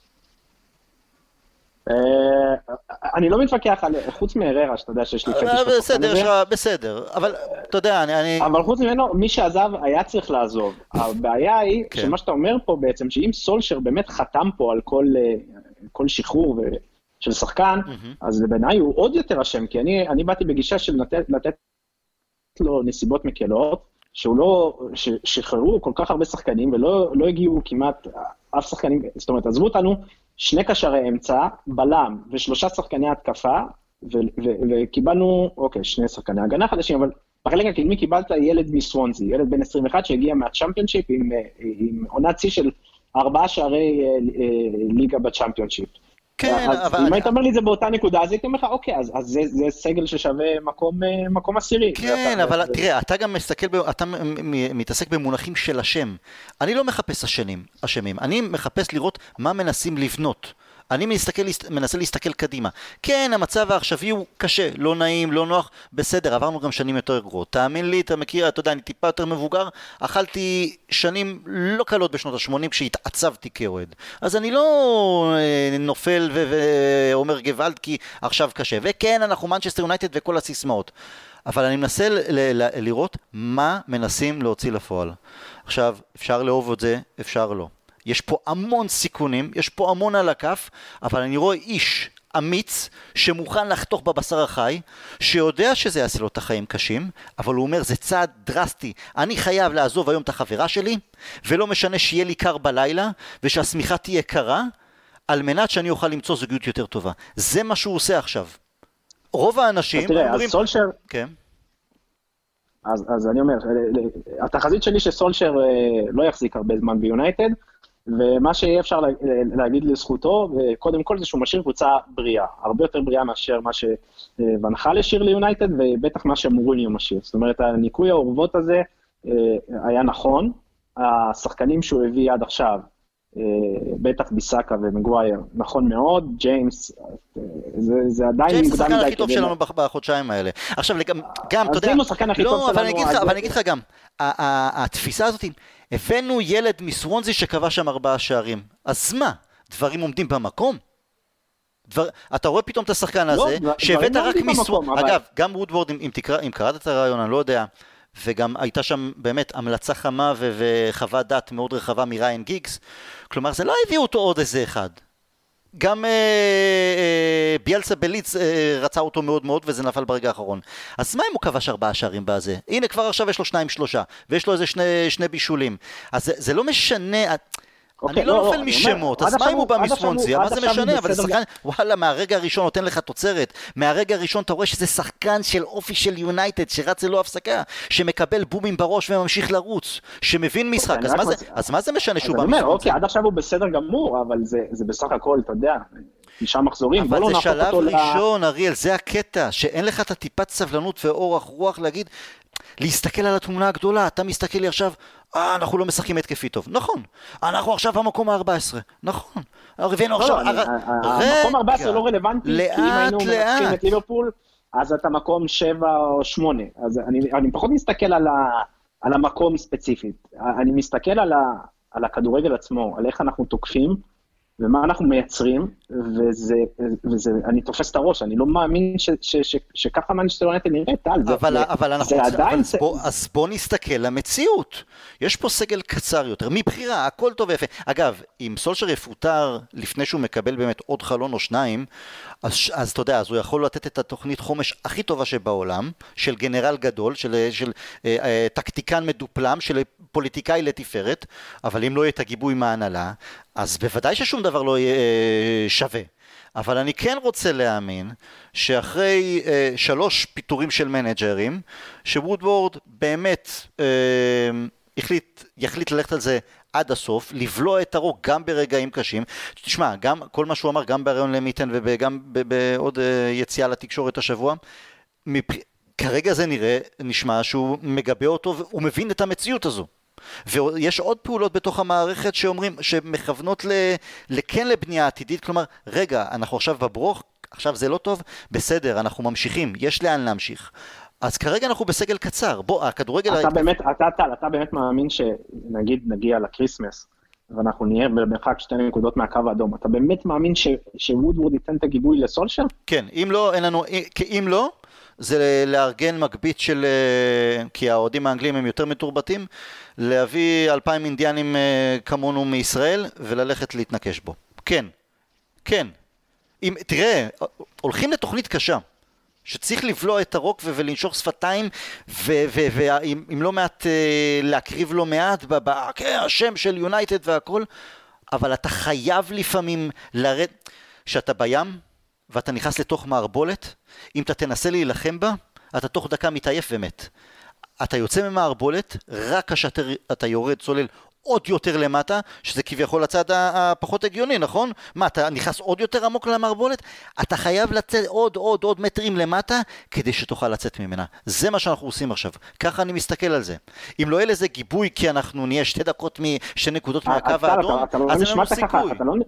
אני לא מתווכח על, חוץ מהררה, שאתה יודע שיש לי פטיש בתוכן בסדר, בסדר, אבל אתה יודע, אני... אבל חוץ ממנו, מי שעזב היה צריך לעזוב. הבעיה היא, שמה שאתה אומר פה בעצם, שאם סולשר באמת חתם פה על כל שחרור של שחקן, אז בעיניי הוא עוד יותר אשם, כי אני באתי בגישה של לתת לו נסיבות מקלות, שהוא לא, ששחררו כל כך הרבה שחקנים, ולא הגיעו כמעט אף שחקנים, זאת אומרת, עזבו אותנו, שני קשרי אמצע, בלם ושלושה שחקני התקפה, וקיבלנו, אוקיי, שני שחקני הגנה חדשים, אבל בחלק הקדמי קיבלת ילד מסוונזי, ילד בן עשרים ואחת שהגיע מהצ'אמפיונשיפ עם, עם עונת צי של ארבעה שערי ליגה בצ'אמפיונשיפ. כן, אז אבל... אם היית אומר לי את זה באותה נקודה, אז הייתי אומר לך, אוקיי, אז, אז זה, זה סגל ששווה מקום, מקום עשירי. כן, אבל זה... תראה, אתה גם מסתכל, ב... אתה מתעסק במונחים של השם. אני לא מחפש השנים, השמים, אני מחפש לראות מה מנסים לבנות. אני מסתכל, מנסה להסתכל קדימה. כן, המצב העכשווי הוא קשה, לא נעים, לא נוח, בסדר, עברנו גם שנים יותר גרועות. תאמין לי, אתה מכיר, אתה יודע, אני טיפה יותר מבוגר, אכלתי שנים לא קלות בשנות ה-שמונים כשהתעצבתי כאוהד. אז אני לא נופל ואומר גוואלד כי עכשיו קשה. וכן, אנחנו מנצ'סטר יונייטד וכל הסיסמאות. אבל אני מנסה ל- ל- לראות מה מנסים להוציא לפועל. עכשיו, אפשר לאהוב את זה, אפשר לא. יש פה המון סיכונים, יש פה המון על הכף, אבל אני רואה איש אמיץ שמוכן לחתוך בבשר החי, שיודע שזה יעשה לו את החיים קשים, אבל הוא אומר זה צעד דרסטי, אני חייב לעזוב היום את החברה שלי, ולא משנה שיהיה לי קר בלילה, ושהסמיכה תהיה קרה, על מנת שאני אוכל למצוא זוגיות יותר טובה. זה מה שהוא עושה עכשיו. רוב האנשים... תראה, אומרים... אז סולשר... כן. אז, אז אני אומר, התחזית שלי שסולשר לא יחזיק הרבה זמן ביונייטד, ומה שיהיה אפשר להגיד לזכותו, קודם כל זה שהוא משאיר קבוצה בריאה, הרבה יותר בריאה מאשר מה שונחל השאיר ליונייטד, ובטח מה שמוריניו משאיר. זאת אומרת, הניקוי האורוות הזה היה נכון, השחקנים שהוא הביא עד עכשיו, בטח ביסאקה ומגווייר, נכון מאוד, ג'יימס, זה, זה עדיין... ג'יימס זה השחקן הכי טוב שלנו בחודשיים האלה. עכשיו, גם, אתה יודע... לא, אבל אני אגיד לך גם, התפיסה הזאת, הבאנו ילד מסוונזי שקבע שם ארבעה שערים. אז מה? דברים עומדים במקום? דבר, אתה רואה פתאום את השחקן הזה, לא, שהבאת רק מסוונזי. אבל... אגב, גם וודוורד, אם, אם קראת את הרעיון, אני לא יודע, וגם הייתה שם באמת המלצה חמה ו- וחוות דעת מאוד רחבה מריין גיגס, כלומר זה לא הביאו אותו עוד איזה אחד. גם אה, אה, ביאלסה בליץ אה, רצה אותו מאוד מאוד וזה נפל ברגע האחרון. אז מה אם הוא כבש ארבעה שערים בזה? הנה כבר עכשיו יש לו שניים שלושה ויש לו איזה שני, שני בישולים. אז זה, זה לא משנה... אני לא נופל משמות, אז מה אם הוא בא מסוונזי? מה זה משנה? אבל זה שחקן, וואלה, מהרגע הראשון נותן לך תוצרת. מהרגע הראשון אתה רואה שזה שחקן של אופי של יונייטד, שרץ ללא הפסקה, שמקבל בומים בראש וממשיך לרוץ, שמבין משחק. אז מה זה משנה שהוא בא מסוונזי? אוקיי, עד עכשיו הוא בסדר גמור, אבל זה בסך הכל, אתה יודע, תשעה מחזורים. אבל זה שלב ראשון, אריאל, זה הקטע, שאין לך את הטיפת סבלנות ואורך רוח להגיד, להסתכל על התמונה הגדולה, אתה מסתכל לי עכשיו, אה, אנחנו לא משחקים התקפי טוב. נכון. אנחנו עכשיו במקום ה-ארבע עשרה. נכון. הבאנו עכשיו... המקום ה-ארבע עשרה לא רלוונטי, כי אם היינו מנצחים את ליברפול, אז אתה מקום שבע או שמונה. אז אני פחות מסתכל על המקום ספציפית. אני מסתכל על הכדורגל עצמו, על איך אנחנו תוקפים, ומה אנחנו מייצרים, וזה, וזה, אני תופס את הראש, אני לא מאמין ש, ש, ש, שככה מנצ'סטר יונייטד נראה, טל, זה, אבל, זה, אבל אנחנו זה רוצים, עדיין... אבל אז, בוא, אז בוא נסתכל למציאות. יש פה סגל קצר יותר, מבחירה, הכל טוב ויפה. אגב, אם סולשר יפוטר לפני שהוא מקבל באמת עוד חלון או שניים, אז, אז אתה יודע, אז הוא יכול לתת את התוכנית חומש הכי טובה שבעולם, של גנרל גדול, של, של אה, אה, טקטיקן מדופלם, של פוליטיקאי לתפארת, אבל אם לא יהיה את הגיבוי מההנהלה, אז בוודאי ששום דבר לא יהיה אה, שווה. אבל אני כן רוצה להאמין שאחרי אה, שלוש פיתורים של מנג'רים, שוודוורד באמת אה, החליט, יחליט ללכת על זה עד הסוף, לבלוע את הרוק גם ברגעים קשים. תשמע, גם כל מה שהוא אמר, גם בהריון למיטן וגם בעוד אה, יציאה לתקשורת השבוע, מפ... כרגע זה נראה, נשמע שהוא מגבה אותו והוא מבין את המציאות הזו. ויש עוד פעולות בתוך המערכת שאומרים, שמכוונות לכן לבנייה עתידית, כלומר, רגע, אנחנו עכשיו בברוך, עכשיו זה לא טוב, בסדר, אנחנו ממשיכים, יש לאן להמשיך. אז כרגע אנחנו בסגל קצר, בוא, הכדורגל... אתה באמת, אתה טל, אתה באמת מאמין שנגיד נגיע לקריסמס, ואנחנו נהיה במרחק שתי נקודות מהקו האדום, אתה באמת מאמין שוודוורד ייתן את הגיבוי לסולשר? כן, אם לא, אין לנו, אם לא, זה לארגן מגבית של, כי האוהדים האנגלים הם יותר מתורבתים, להביא אלפיים אינדיאנים כמונו מישראל וללכת להתנקש בו. כן, כן. אם, תראה, הולכים לתוכנית קשה, שצריך לבלוע את הרוק ולנשוך שפתיים, ואם לא מעט, להקריב לא מעט, השם של יונייטד והכל, אבל אתה חייב לפעמים לרד, שאתה בים, ואתה נכנס לתוך מערבולת, אם אתה תנסה להילחם בה, אתה תוך דקה מתעייף ומת. אתה יוצא ממערבולת, רק כשאתה יורד צולל עוד יותר למטה, שזה כביכול הצד הפחות הגיוני, נכון? מה, אתה נכנס עוד יותר עמוק למערבולת? אתה חייב לצאת עוד עוד עוד מטרים למטה, כדי שתוכל לצאת ממנה. זה מה שאנחנו עושים עכשיו. ככה אני מסתכל על זה. אם לא יהיה לזה גיבוי, כי אנחנו נהיה שתי דקות, שתי נקודות מהקו האדום, אז אין לנו סיכוי.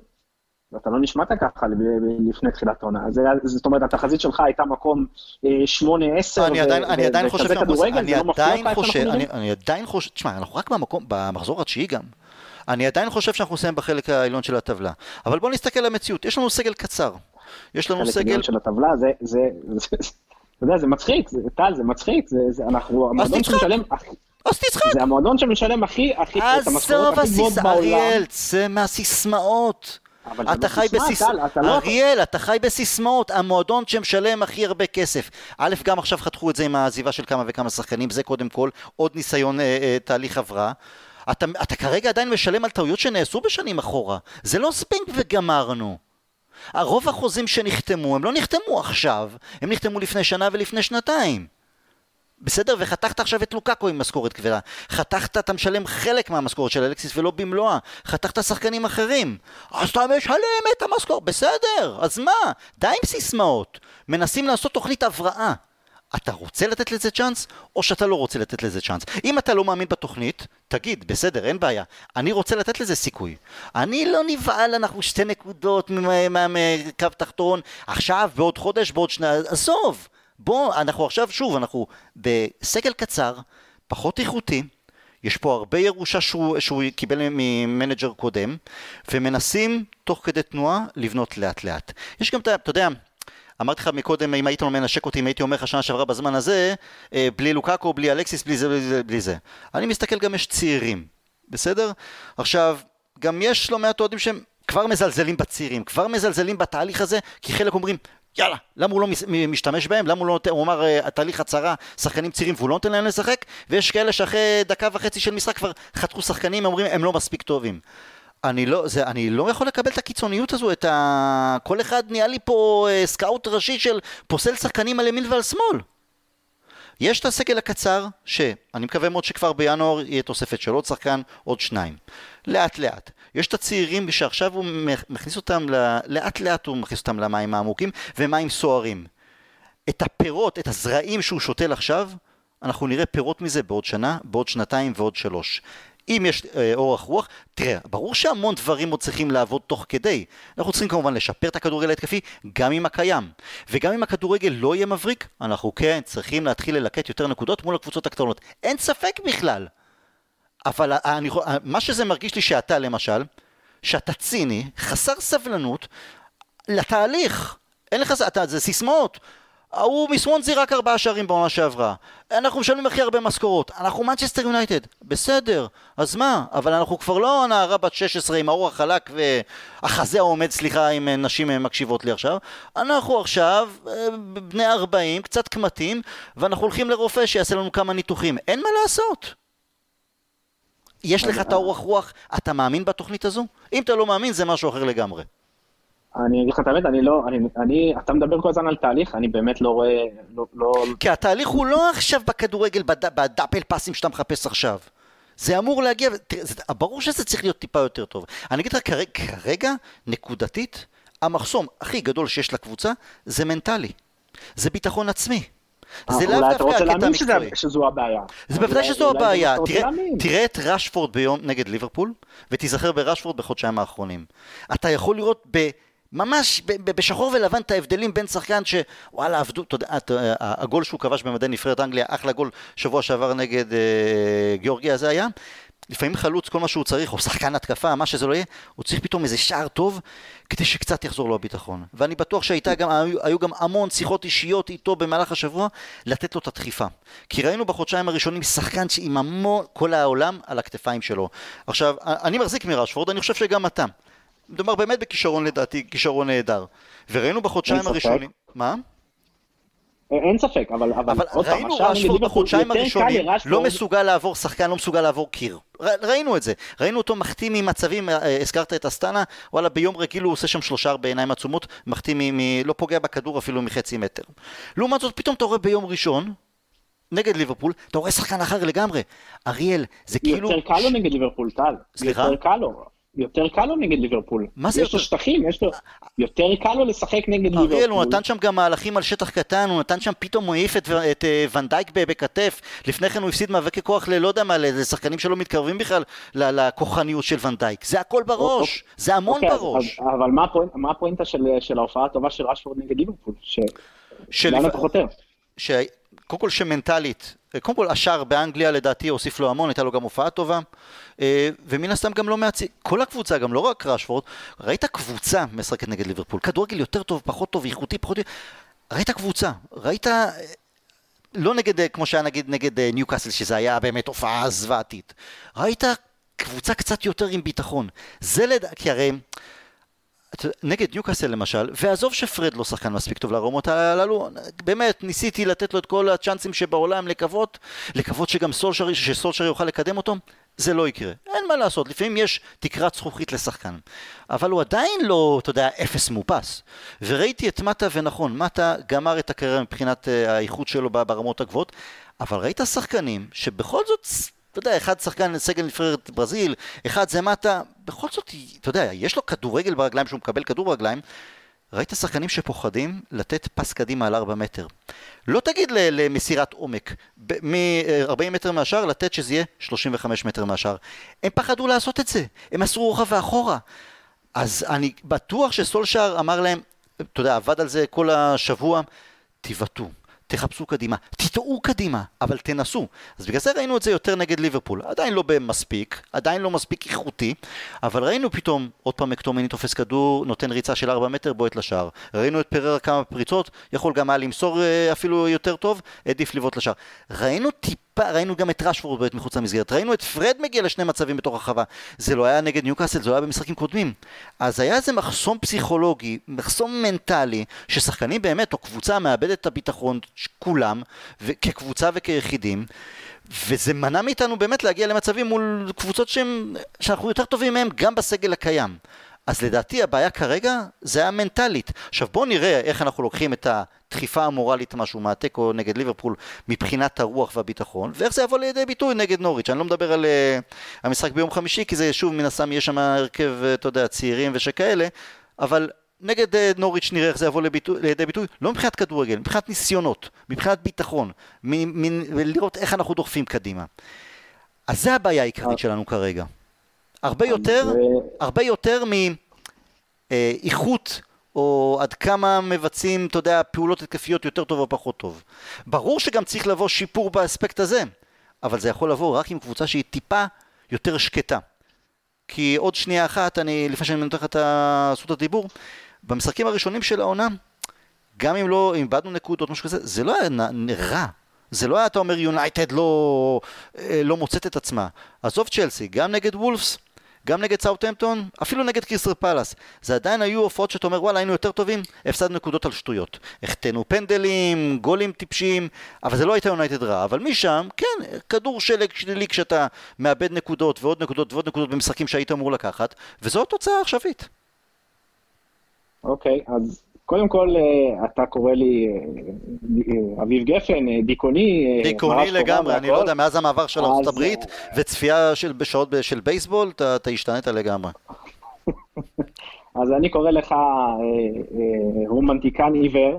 אתה לא נשמעת ככה לפני תחילת העונה. זאת אומרת, התחזית שלך הייתה מקום שמונה עשר, אני עדיין חושב, אני עדיין חושב, אני עדיין חושב, תשמע, אנחנו רק במחזור התשיעי גם. אני עדיין חושב שאנחנו עושים בחלק העליון של הטבלה. אבל בואו נסתכל על המציאות. יש לנו סגל קצר. יש לנו סגל... חלק העליון של הטבלה, זה... אתה יודע, זה מצחיק, טל, זה מצחיק. אנחנו... אז תצחק. אז תצחק. זה המועדון שמשלם הכי... את המשכורות הכי גבוהות בעולם. אריאל, צא מהסיסמאות. אתה חי בסיסמאות, אריאל, אתה חי בסיסמאות, המועדון שמשלם הכי הרבה כסף. א', גם עכשיו חתכו את זה עם העזיבה של כמה וכמה שחקנים, זה קודם כל, עוד ניסיון אה, אה, תהליך עברה. אתה, אתה כרגע עדיין משלם על טעויות שנעשו בשנים אחורה, זה לא ספינג וגמרנו. הרוב החוזים שנחתמו, הם לא נחתמו עכשיו, הם נחתמו לפני שנה ולפני שנתיים. בסדר, וחתכת עכשיו את לוקאקו עם משכורת כבדה, חתכת, אתה משלם חלק מהמשכורת של אלקסיס ולא במלואה, חתכת שחקנים אחרים, אז אתה משלם את המשכורת, בסדר, אז מה? די עם סיסמאות, מנסים לעשות תוכנית הבראה, אתה רוצה לתת לזה צ'אנס, או שאתה לא רוצה לתת לזה צ'אנס? אם אתה לא מאמין בתוכנית, תגיד, בסדר, אין בעיה, אני רוצה לתת לזה סיכוי, אני לא נבעל, אנחנו שתי נקודות מקו תחתון, עכשיו, בעוד חודש, בעוד שנה, עזוב, בוא, אנחנו עכשיו שוב, אנחנו בסגל קצר, פחות איכותי, יש פה הרבה ירושה שהוא, שהוא קיבל ממנג'ר קודם, ומנסים תוך כדי תנועה לבנות לאט לאט. יש גם, אתה יודע, אמרתי לך מקודם, אם היית מנשק אותי, אם הייתי אומר לך שנה שעברה בזמן הזה, בלי לוקאקו, בלי אלקסיס, בלי זה, בלי זה, בלי זה. אני מסתכל גם יש צעירים, בסדר? עכשיו, גם יש לא מעט אוהדים שהם כבר מזלזלים בצעירים, כבר מזלזלים בתהליך הזה, כי חלק אומרים, יאללה, למה הוא לא משתמש בהם? למה הוא לא נותן, הוא אמר, התהליך הצהרה, שחקנים צעירים, והוא לא נותן להם לשחק, ויש כאלה שאחרי דקה וחצי של משחק כבר חתכו שחקנים, הם אומרים, הם לא מספיק טובים. אני לא, זה, אני לא יכול לקבל את הקיצוניות הזו, את ה... כל אחד נהיה לי פה סקאוט ראשי של פוסל שחקנים על ימין ועל שמאל. יש את הסגל הקצר, שאני מקווה מאוד שכבר בינואר יהיה תוספת של עוד שחקן, עוד שניים. לאט לאט. יש את הצעירים שעכשיו הוא מכניס אותם, לאט לאט הוא מכניס אותם למים העמוקים ומים סוערים. את הפירות, את הזרעים שהוא שותל עכשיו, אנחנו נראה פירות מזה בעוד שנה, בעוד שנתיים ועוד שלוש. אם יש אה, אורך רוח, תראה, ברור שהמון דברים עוד צריכים לעבוד תוך כדי. אנחנו צריכים כמובן לשפר את הכדורגל ההתקפי, גם עם הקיים. וגם אם הכדורגל לא יהיה מבריק, אנחנו כן צריכים להתחיל ללקט יותר נקודות מול הקבוצות הקטנות. אין ספק בכלל. אבל אני, מה שזה מרגיש לי שאתה למשל, שאתה ציני, חסר סבלנות לתהליך. אין לך, אתה, זה סיסמאות. הוא מסוונזי רק ארבעה שערים בעונה שעברה. אנחנו משלמים הכי הרבה משכורות. אנחנו מנצ'סטר יונייטד. בסדר, אז מה? אבל אנחנו כבר לא נערה בת שש עשרה עם האור החלק והחזה העומד, סליחה, אם נשים מקשיבות לי עכשיו. אנחנו עכשיו בני ארבעים, קצת קמטים, ואנחנו הולכים לרופא שיעשה לנו כמה ניתוחים. אין מה לעשות. יש לך את האורך רוח, אתה מאמין בתוכנית הזו? אם אתה לא מאמין, זה משהו אחר לגמרי. אני אגיד לך את האמת, אני לא, אני, אני, אתה מדבר כל הזמן על תהליך, אני באמת לא רואה, לא, לא... כי התהליך הוא לא עכשיו בכדורגל, בד, בדאפל פאסים שאתה מחפש עכשיו. זה אמור להגיע, תראה, זה, ברור שזה צריך להיות טיפה יותר טוב. אני אגיד לך, כרגע, כרגע, נקודתית, המחסום הכי גדול שיש לקבוצה, זה מנטלי. זה ביטחון עצמי. זה לאו דווקא הקטע המקצועי. שזו הבעיה. זה בוודאי שזו הבעיה. תראה את רשפורד ביום נגד ליברפול, ותיזכר ברשפורד בחודשיים האחרונים. אתה יכול לראות ב... ממש בשחור ולבן את ההבדלים בין שחקן שוואלה עבדו, אתה יודע, הגול שהוא כבש במדי נבחרת אנגליה, אחלה גול שבוע שעבר נגד גיאורגיה, זה היה, לפעמים חלוץ כל מה שהוא צריך, או שחקן התקפה, מה שזה לא יהיה, הוא צריך פתאום איזה שער טוב, כדי שקצת יחזור לו הביטחון. ואני בטוח שהייתה גם, היו גם המון שיחות אישיות איתו במהלך השבוע, לתת לו את הדחיפה. כי ראינו בחודשיים הראשונים שחקן שעם המון, כל העולם על הכתפיים שלו. עכשיו, אני מחזיק מרשפורד, אני חושב שגם אתה. מדובר באמת בכישרון לדעתי, כישרון נהדר. וראינו בחודשיים הראשונים... מה? אין ספק, אבל... אבל ראינו רשפורד בחודשיים הראשונים, לא מסוגל לעבור שחקן, לא מסוגל לעבור קיר. ראינו את זה. ראינו אותו מחתים ממצבים, הזכרת את אסטנה, וואלה, ביום רגיל הוא עושה שם שלושה בעיניים עצומות, מחתים, לא פוגע בכדור אפילו מחצי מטר. לעומת זאת, פתאום אתה רואה ביום ראשון, נגד ליברפול, אתה רואה שחקן אחר לגמרי. אריאל, זה כאילו... יותר קל לו נגד ליברפול, טל. סליחה? יותר קל לו. יותר קל לו נגד ליברפול. מה זה יש לו שטחים, יש לו... יותר קל לו לשחק נגד ליברפול. אריאל, הוא נתן שם גם מהלכים על שטח קטן, הוא נתן שם פתאום הוא העיף את, את ונדייק בכתף, לפני כן הוא הפסיד מאבקי כוח ללא יודע מה, לשחקנים שלא מתקרבים בכלל לכוחניות של ונדייק. זה הכל בראש, אוקיי. זה המון אוקיי, בראש. אז, אבל מה הפואנטה, מה הפואנטה של, של ההופעה הטובה של רשפורד נגד ליברפול? ש... של... לאן אתה חותר? ש... קודם כל שמנטלית, קודם כל השאר באנגליה לדעתי הוסיף לו המון, הייתה לו גם הופעה טובה, ומן הסתם גם לא מעצי, כל הקבוצה, גם לא רק רשפורד, ראית קבוצה משחקת נגד ליברפול, כדורגל יותר טוב, פחות טוב, איכותי, פחות טוב, ראית קבוצה, ראית, לא נגד, כמו שהיה נגיד נגד ניוקאסל, שזה היה באמת הופעה זוועתית, ראית קבוצה קצת יותר עם ביטחון, זה לדע, כי הרי, נגד ניוקאסל למשל, ועזוב שפרד לא שחקן מספיק טוב לרמות הללו, באמת ניסיתי לתת לו את כל הצ'אנסים שבעולם לקוות, לקוות שגם סולשר, שסולשר יוכל לקדם אותו, זה לא יקרה. אין מה לעשות, לפעמים יש תקרת זכוכית לשחקן, אבל הוא עדיין לא, אתה יודע, אפס מופס. וראיתי את מטה ונכון, מטה גמר את הקריירה מבחינת האיכות שלו ברמות הגבוהות, אבל ראית שחקנים שבכל זאת... אתה יודע, אחד שחקן סגל נבחרת ברזיל, אחד זה מטה, בכל זאת, אתה יודע, יש לו כדורגל ברגליים, שהוא מקבל כדור ברגליים, ראית שחקנים שפוחדים לתת פס קדימה על ארבע מטר. לא תגיד למסירת עומק, מ-ארבעים מטר מהשאר, לתת שזה יהיה שלושים וחמישה מטר מהשאר. הם פחדו לעשות את זה, הם עשו רוחב ואחורה. אז אני בטוח שסולשר אמר להם, אתה יודע, עבד על זה כל השבוע, תיבטו. תחפשו קדימה, תטעו קדימה, אבל תנסו. אז בגלל זה ראינו את זה יותר נגד ליברפול. עדיין לא במספיק, עדיין לא מספיק איכותי, אבל ראינו פתאום, עוד פעם מקטומני תופס כדור, נותן ריצה של ארבע מטר, בועט לשער. ראינו את פררה כמה פריצות, יכול גם היה למסור אפילו יותר טוב, עדיף לבעוט לשער. ראינו טיפה, ראינו גם את רשפורד בועט מחוץ למסגרת, ראינו את פרד מגיע לשני מצבים בתוך הרחבה. זה לא היה נגד ניוקאסל, זה לא היה במשחקים קודמים. אז היה איזה מחסום פסיכולוגי, מחסום מנטלי, ששחקנים באמת, או קבוצה מאבדת את הביטחון, כולם, כקבוצה וכיחידים, וזה מנע מאיתנו באמת להגיע למצבים מול קבוצות שהם, שאנחנו יותר טובים מהם גם בסגל הקיים. אז לדעתי הבעיה כרגע זה היה מנטלית. עכשיו בואו נראה איך אנחנו לוקחים את הדחיפה המורלית משהו מעתק או נגד ליברפול מבחינת הרוח והביטחון, ואיך זה יבוא לידי ביטוי נגד נוריץ'. אני לא מדבר על uh, המשחק ביום חמישי, כי זה שוב מן הסתם יש שם הרכב, אתה יודע, צעירים ושכאלה, אבל נגד נוריץ' נראה איך זה יבוא לידי ביטוי, לא מבחינת כדורגל, מבחינת ניסיונות, מבחינת ביטחון, לראות איך אנחנו דוחפים קדימה. אז זה הבעיה העיקרית שלנו כרגע. הרבה יותר, הרבה יותר מאיכות, או עד כמה מבצעים, אתה יודע, פעולות התקפיות יותר טוב או פחות טוב. ברור שגם צריך לבוא שיפור באספקט הזה, אבל זה יכול לבוא רק עם קבוצה שהיא טיפה יותר שקטה. כי עוד שנייה אחת, אני, לפני שאני נותן לך את זכות הדיבור, במשחקים הראשונים של העונה, גם אם לא, אם איבדנו נקודות, משהו כזה, זה לא היה רע. זה לא היה, אתה אומר, יונייטד לא, לא מוצאת את עצמה. עזוב צ'לסי, גם נגד וולפס, גם נגד סאות'המפטון, אפילו נגד קריסטל פלאס. זה עדיין היו הופעות שאתה אומר, וואלה, היינו יותר טובים, הפסדנו נקודות על שטויות. החטאנו פנדלים, גולים טיפשים, אבל זה לא הייתה יונייטד רע. אבל משם, כן, כדור שלג שלילי כשאתה מאבד נקודות ועוד נקודות ועוד נקודות במשחקים שהיית אמור לקחת, וזו התוצאה העכשווית. אוקיי, אז קודם כל, אתה קורא לי אביב גפן, דיכאוני. דיכאוני לגמרי, אני לא יודע, מאז המעבר של ארצות הברית וצפייה בשעות של בייסבול, אתה השתנית לגמרי. אז אני קורא לך רומנטיקן עיוור,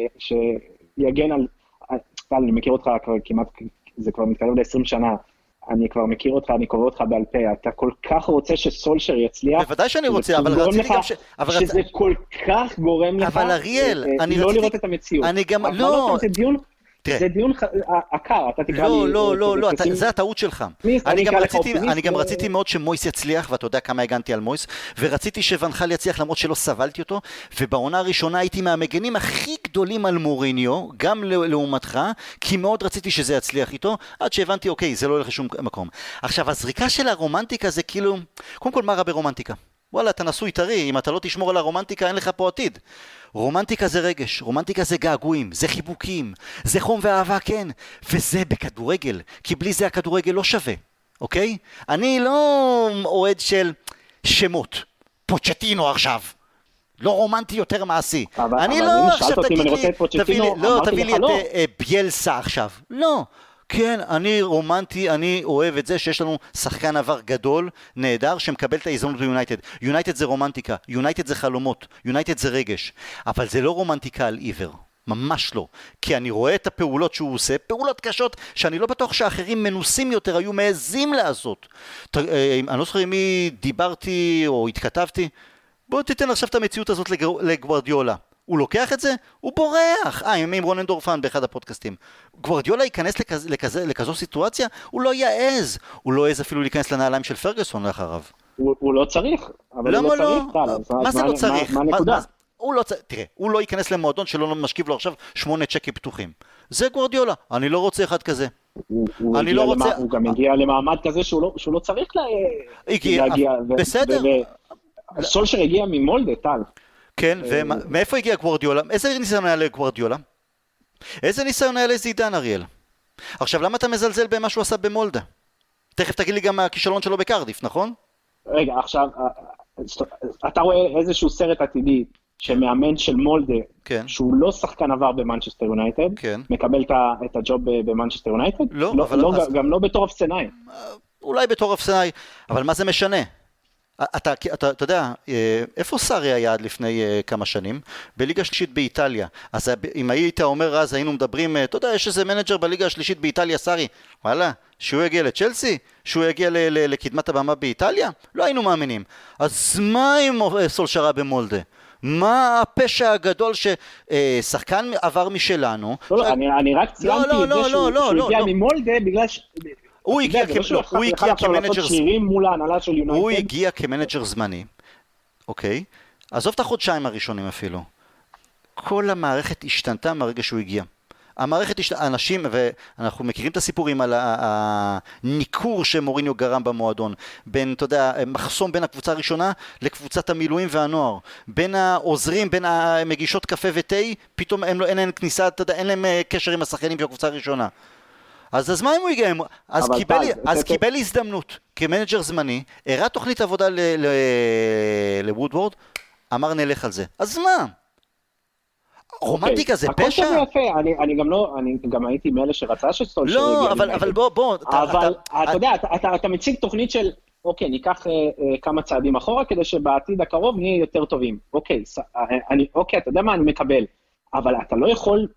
שיגן על, אני מכיר אותך כמעט, זה כבר מתקרב ל-עשרים שנה, אני כבר מכיר אותך, אני קורא אותך בעל פה, אתה כל כך רוצה שסולשר יצליח. בוודאי שאני רוצה, אבל רציתי גם ש... שזה כל כך גורם לך אבל אריאל, אני לא רציתי... לראות את המציאות. אני גם... לא... זה דיון... זה דיון עקר, אתה תקרא לי... לא, לא, לא, לא, זה הטעות שלך. אני גם רציתי מאוד שמויס יצליח, ואתה יודע כמה הגנתי על מויס, ורציתי שונחל יצליח למרות שלא סבלתי אותו, ובעונה הראשונה הייתי מהמגנים הכי גדולים על מוריניו, גם לעומתך, כי מאוד רציתי שזה יצליח איתו, עד שהבנתי, אוקיי, זה לא הולך לשום מקום. עכשיו, הזריקה של הרומנטיקה זה כאילו... קודם כל, מה רע ברומנטיקה? וואלה, אתה נשוי טרי, אם אתה לא תשמור על הרומנטיקה, אין לך פה עתיד. רומנטיקה זה רגש, רומנטיקה זה געגועים, זה חיבוקים, זה חום ואהבה, כן, וזה בכדורגל, כי בלי זה הכדורגל לא שווה, אוקיי? אני לא אוהד של שמות, פוצ'טינו עכשיו, לא רומנטי יותר מעשי. אבל, אני אבל לא עכשיו תגיד לי, תביא לי, לא, תביא לי את לא. ביאלסה עכשיו, לא. כן, אני רומנטי, אני אוהב את זה שיש לנו שחקן עבר גדול, נהדר, שמקבל את ההזדמנות ביונייטד. יונייטד זה רומנטיקה, יונייטד זה חלומות, יונייטד זה רגש, אבל זה לא רומנטיקה על עיוור, ממש לא. כי אני רואה את הפעולות שהוא עושה, פעולות קשות, שאני לא בטוח שאחרים מנוסים יותר היו מעזים לעשות. אני לא זוכר עם מי דיברתי או התכתבתי, בוא תיתן עכשיו את המציאות הזאת לגוורדיולה. הוא לוקח את זה, הוא בורח. אה, עם רונן דורפן באחד הפודקאסטים. גוורדיולה ייכנס לכז, לכז, לכזו סיטואציה, הוא לא יעז. הוא לא יעז אפילו להיכנס לנעליים של פרגוסון לאחריו. הוא, הוא לא צריך. אבל למה הוא לא? לא? צריך, מה זה מה, לא צריך? מה, מה מה, נקודה? מה, הוא לא צריך, תראה, הוא לא ייכנס למועדון שלא משכיב לו עכשיו שמונה צ'קים פתוחים. זה גוורדיולה. אני לא רוצה אחד כזה. הוא, הוא, אני לא רוצה... למה, הוא גם הגיע למעמד כזה שהוא לא, שהוא לא צריך לה... הגיע, להגיע. בסדר. ו... סולשר הגיע ממולדה, טל. כן, ומאיפה הגיע גוורדיולה? איזה ניסיון היה לגוורדיולה? איזה ניסיון היה לזידן, אריאל? עכשיו, למה אתה מזלזל במה שהוא עשה במולדה? תכף תגיד לי גם הכישלון שלו בקרדיף, נכון? רגע, עכשיו, אתה רואה איזשהו סרט עתידי שמאמן של מולדה, שהוא לא שחקן עבר במנצ'סטר יונייטד, מקבל את הג'וב במנצ'סטר יונייטד? לא, גם לא בתור אפסנאי. אולי בתור אפסנאי, אבל מה זה משנה? אתה, אתה, אתה יודע, איפה סארי היה עד לפני כמה שנים? בליגה השלישית באיטליה. אז אם היית אומר אז היינו מדברים, אתה יודע, יש איזה מנג'ר בליגה השלישית באיטליה, סארי, וואלה, שהוא יגיע לצ'לסי? שהוא יגיע ל- ל- לקדמת הבמה באיטליה? לא היינו מאמינים. אז מה עם סולשרה במולדה? מה הפשע הגדול ששחקן עבר משלנו? לא, לא, אני, אני רק ציינתי את זה שהוא הגיע ממולדה בגלל ש... הוא הגיע כמנג'ר זמני, הוא יונייטד. הגיע כמנג'ר זמני, אוקיי? עזוב את החודשיים הראשונים אפילו. כל המערכת השתנתה מהרגע שהוא הגיע. המערכת השתנתה, אנשים, ואנחנו מכירים את הסיפורים על הניקור שמוריניו גרם במועדון, בין, אתה יודע, מחסום בין הקבוצה הראשונה לקבוצת המילואים והנוער, בין העוזרים, בין המגישות קפה ותה, פתאום אין, אין להם כניסה, אתה יודע, אין להם קשר עם השחקנים של הקבוצה הראשונה. אז אז מה אם הוא הגיע? אז קיבל, אז קיבל הזדמנות כמנג'ר זמני, הראה תוכנית עבודה לוודוורד, אמר נלך על זה. אז מה? רומנטיקה זה פשע? הכל טוב ויפה, אני גם לא, אני גם הייתי מאלה שרצה שסולשר יגיע. לא, אבל בוא, בוא. אבל אתה יודע, אתה מציג תוכנית של, אוקיי, ניקח כמה צעדים אחורה, כדי שבעתיד הקרוב נהיה יותר טובים. אוקיי, אוקיי, אתה יודע מה, אני מקבל. אבל אתה לא יכול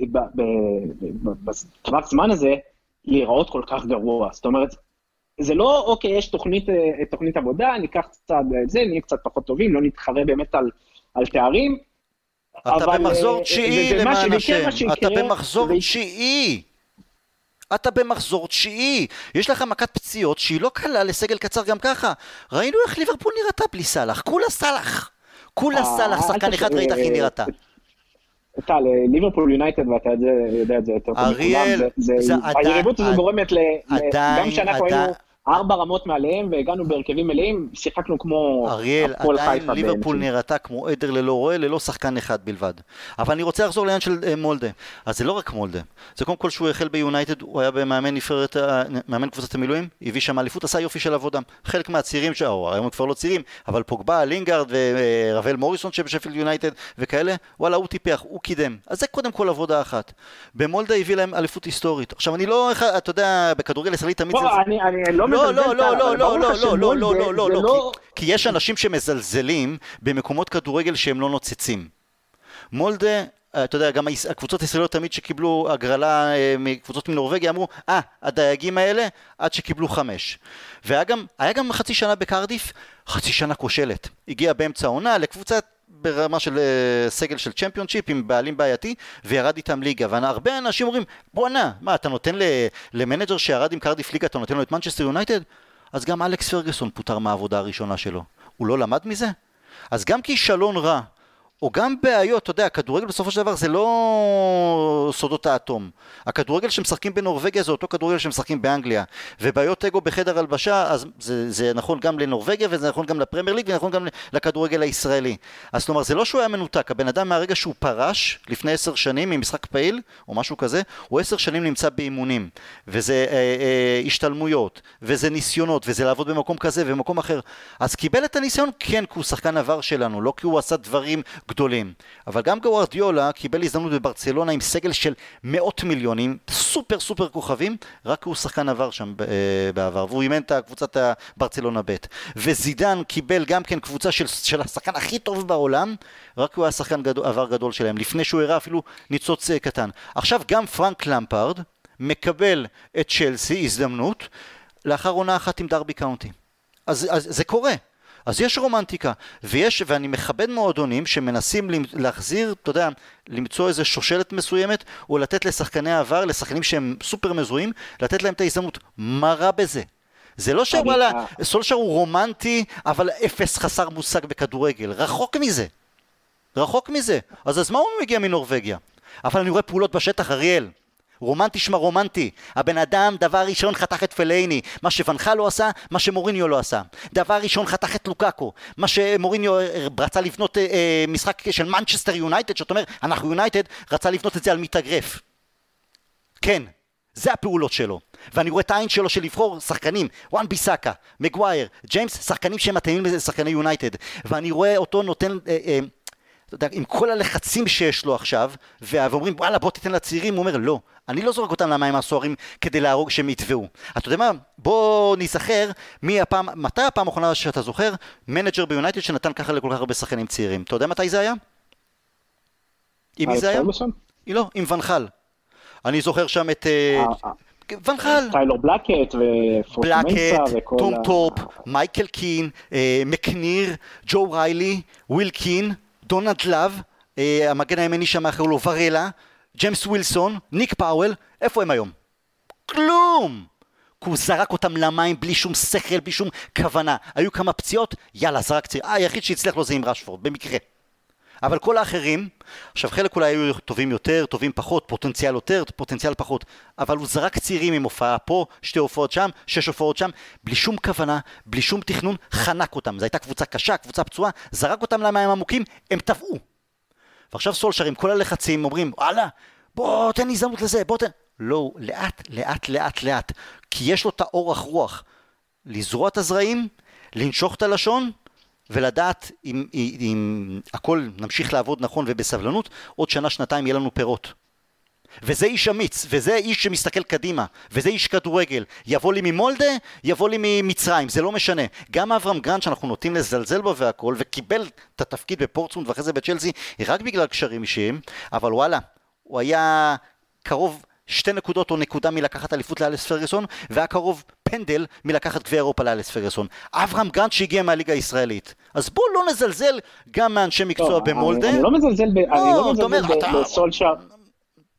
בטווח זמן הזה להיראות כל כך גרוע. זאת אומרת, זה לא, אוקיי, יש תוכנית, תוכנית עבודה, ניקח קצת את זה, נהיה קצת פחות טובים, לא נתחרה באמת על, על תארים. אתה במחזור תשיעי למען השם, אתה במחזור תשיעי. אתה במחזור תשיעי, יש לך מכת פציעות שהיא לא קלה לסגל קצר גם ככה. ראינו איך ליברפול נראתה בלי סלח, כולה סלח. כולה סלח, שחקן אחד ראית הכי נראתה. אתה, ליברפול יונייטד, ואתה יודע את זה יותר טוב מכולם, היריבות הזו גורמת, גם שאנחנו היינו ארבע רמות מעליהם, והגענו בהרכבים מלאים, שיחקנו כמו אריאל, עדיין ליברפול נראתה כמו עדר ללא רואה, ללא שחקן אחד בלבד. אבל אני רוצה לחזור לעניין של מולדה. אז זה לא רק מולדה, זה קודם כל שהוא החל ביונייטד, הוא היה במאמן נפארת, מאמן קבוצת המילואים, הביא שם אליפות, עשה יופי של עבודה. חלק מהצעירים שלו, היום כבר לא צעירים, אבל פוגבה, לינגארד ורבל מוריסון שבשפילד יונייטד וכאלה, וואלה, הוא טיפח, הוא קידם. אז זה קודם כל עבודה אחת. במולדה הביא להם אליפות היסטורית. עכשיו אני לא, אתה יודע, בכדורגל ישראלי תמיד זה לא, לא, לא, לא, לא, לא, לא, לא, לא, לא, לא, לא, כי יש אנשים שמזלזלים במקומות כדורגל שהם לא נוצצים. מולדה, אתה יודע, גם הקבוצות הישראליות תמיד שקיבלו הגרלה מקבוצות מנורווגיה, אמרו, אה, הדייגים האלה, עד שקיבלו חמש. והיה גם, היה גם חצי שנה בקרדיף, חצי שנה כושלת. הגיע באמצע העונה לקבוצת ברמה של סגל של צ'מפיונשיפ עם בעלים בעייתי, וירד איתם ליגה. והרבה אנשים אומרים, בוא נה, מה, אתה נותן למנג'ר שירד עם קרדיף ליגה, אתה נותן לו את מנצ'סטר יונייטד? אז גם אלכס פרגוסון פוטר מהעבודה הראשונה שלו. הוא לא למד מזה? אז גם כישלון רע, או גם בעיות, אתה יודע, הכדורגל בסופו של דבר זה לא סודות האטום. הכדורגל שמשחקים בנורווגיה זה אותו כדורגל שמשחקים באנגליה. ובעיות אגו בחדר הלבשה, אז זה, זה נכון גם לנורווגיה, וזה נכון גם לפרמייר ליג, ונכון גם לכדורגל הישראלי. אז כלומר, זה לא שהוא היה מנותק. הבן אדם מהרגע שהוא פרש, לפני עשר שנים, ממשחק פעיל, או משהו כזה, הוא עשר שנים נמצא באימונים. וזה אה, אה, השתלמויות, וזה ניסיונות, וזה לעבוד במקום כזה ובמקום אחר. אז קיבל את הניסיון, כן, כי הוא שחקן עבר שלנו, לא כי הוא עשה דברים גדולים. אבל גם גוארדיולה קיבל הזדמנות בברצלונה עם סגל של מאות מיליונים, סופר סופר כוכבים, רק הוא שחקן עבר שם בעבר, והוא אימן את קבוצת ברצלונה ב'. וזידן קיבל גם כן קבוצה של, של השחקן הכי טוב בעולם, רק הוא היה שחקן גדול, עבר גדול שלהם, לפני שהוא הראה אפילו ניצוץ קטן. עכשיו גם פרנק למפרד מקבל את צ'לסי הזדמנות, לאחר עונה אחת עם דרבי קאונטי. אז, אז זה קורה. אז יש רומנטיקה, ויש, ואני מכבד מועדונים שמנסים להחזיר, אתה יודע, למצוא איזו שושלת מסוימת, או לתת לשחקני העבר, לשחקנים שהם סופר מזוהים, לתת להם את ההזדמנות. מה רע בזה? זה לא שוואלה, סולשר הוא רומנטי, אבל אפס חסר מושג בכדורגל. רחוק מזה. רחוק מזה. אז אז מה הוא מגיע מנורווגיה? אבל אני רואה פעולות בשטח, אריאל. רומנטי שמה רומנטי. הבן אדם דבר ראשון חתך את פלאיני, מה שוונחה לא עשה, מה שמוריניו לא עשה. דבר ראשון חתך את לוקאקו, מה שמוריניו רצה לבנות אה, משחק של מנצ'סטר יונייטד, שאת אומר, אנחנו יונייטד, רצה לבנות את זה על מתאגרף. כן, זה הפעולות שלו. ואני רואה את העין שלו של לבחור שחקנים, וואן ביסאקה, מגווייר, ג'יימס, שחקנים שמתאימים לשחקני יונייטד. ואני רואה אותו נותן... אה, אה, עם כל הלחצים שיש לו עכשיו, ואומרים, וואלה, בוא תיתן לצעירים, הוא אומר, לא, אני לא זורק אותם למים הסוערים כדי להרוג שהם יתבעו. אתה יודע מה? בוא נזכר, מי הפעם, מתי הפעם האחרונה שאתה זוכר, מנג'ר ביונייטד שנתן ככה לכל כך הרבה שחקנים צעירים. אתה יודע מתי זה היה? עם מי זה היה? לא, עם ונחל. אני זוכר שם את... ונחל. טיילור בלקט ופורטמנסה וכל... טום טופ, מייקל קין, מקניר, ג'ו ריילי, וויל קין, דונלד לאב, המגן הימני שם אחר לו, ורלה, ג'יימס ווילסון, ניק פאוול, איפה הם היום? כלום! כי הוא זרק אותם למים בלי שום שכל, בלי שום כוונה. היו כמה פציעות, יאללה, זרק ציר. אה, היחיד שהצליח לו זה עם רשפורד, במקרה. אבל כל האחרים, עכשיו חלק אולי היו טובים יותר, טובים פחות, פוטנציאל יותר, פוטנציאל פחות, אבל הוא זרק צעירים עם הופעה פה, שתי הופעות שם, שש הופעות שם, בלי שום כוונה, בלי שום תכנון, חנק אותם. זו הייתה קבוצה קשה, קבוצה פצועה, זרק אותם למים עמוקים, הם טבעו. ועכשיו סולשר עם כל הלחצים אומרים, וואלה, בוא תן הזדמנות לזה, בוא תן... לא, לאט, לאט, לאט, לאט, כי יש לו את האורך רוח, לזרוע את הזרעים, לנשוך את הלשון, ולדעת אם, אם, אם הכל נמשיך לעבוד נכון ובסבלנות, עוד שנה, שנתיים יהיה לנו פירות. וזה איש אמיץ, וזה איש שמסתכל קדימה, וזה איש כדורגל. יבוא לי ממולדה, יבוא לי ממצרים, זה לא משנה. גם אברהם גרנט שאנחנו נוטים לזלזל בו והכל, וקיבל את התפקיד בפורטסמונד ואחרי זה בצ'לסי, רק בגלל קשרים אישיים, אבל וואלה, הוא היה קרוב שתי נקודות או נקודה מלקחת אליפות לאלס פרגוסון, והיה קרוב פנדל מלקחת גביע אירופה לאלס פרגוסון. אברהם גרנט שהגיע מהליגה הישראלית. אז בואו לא נזלזל גם מאנשי מקצוע במולדה. אני לא מזלזל בסולשר.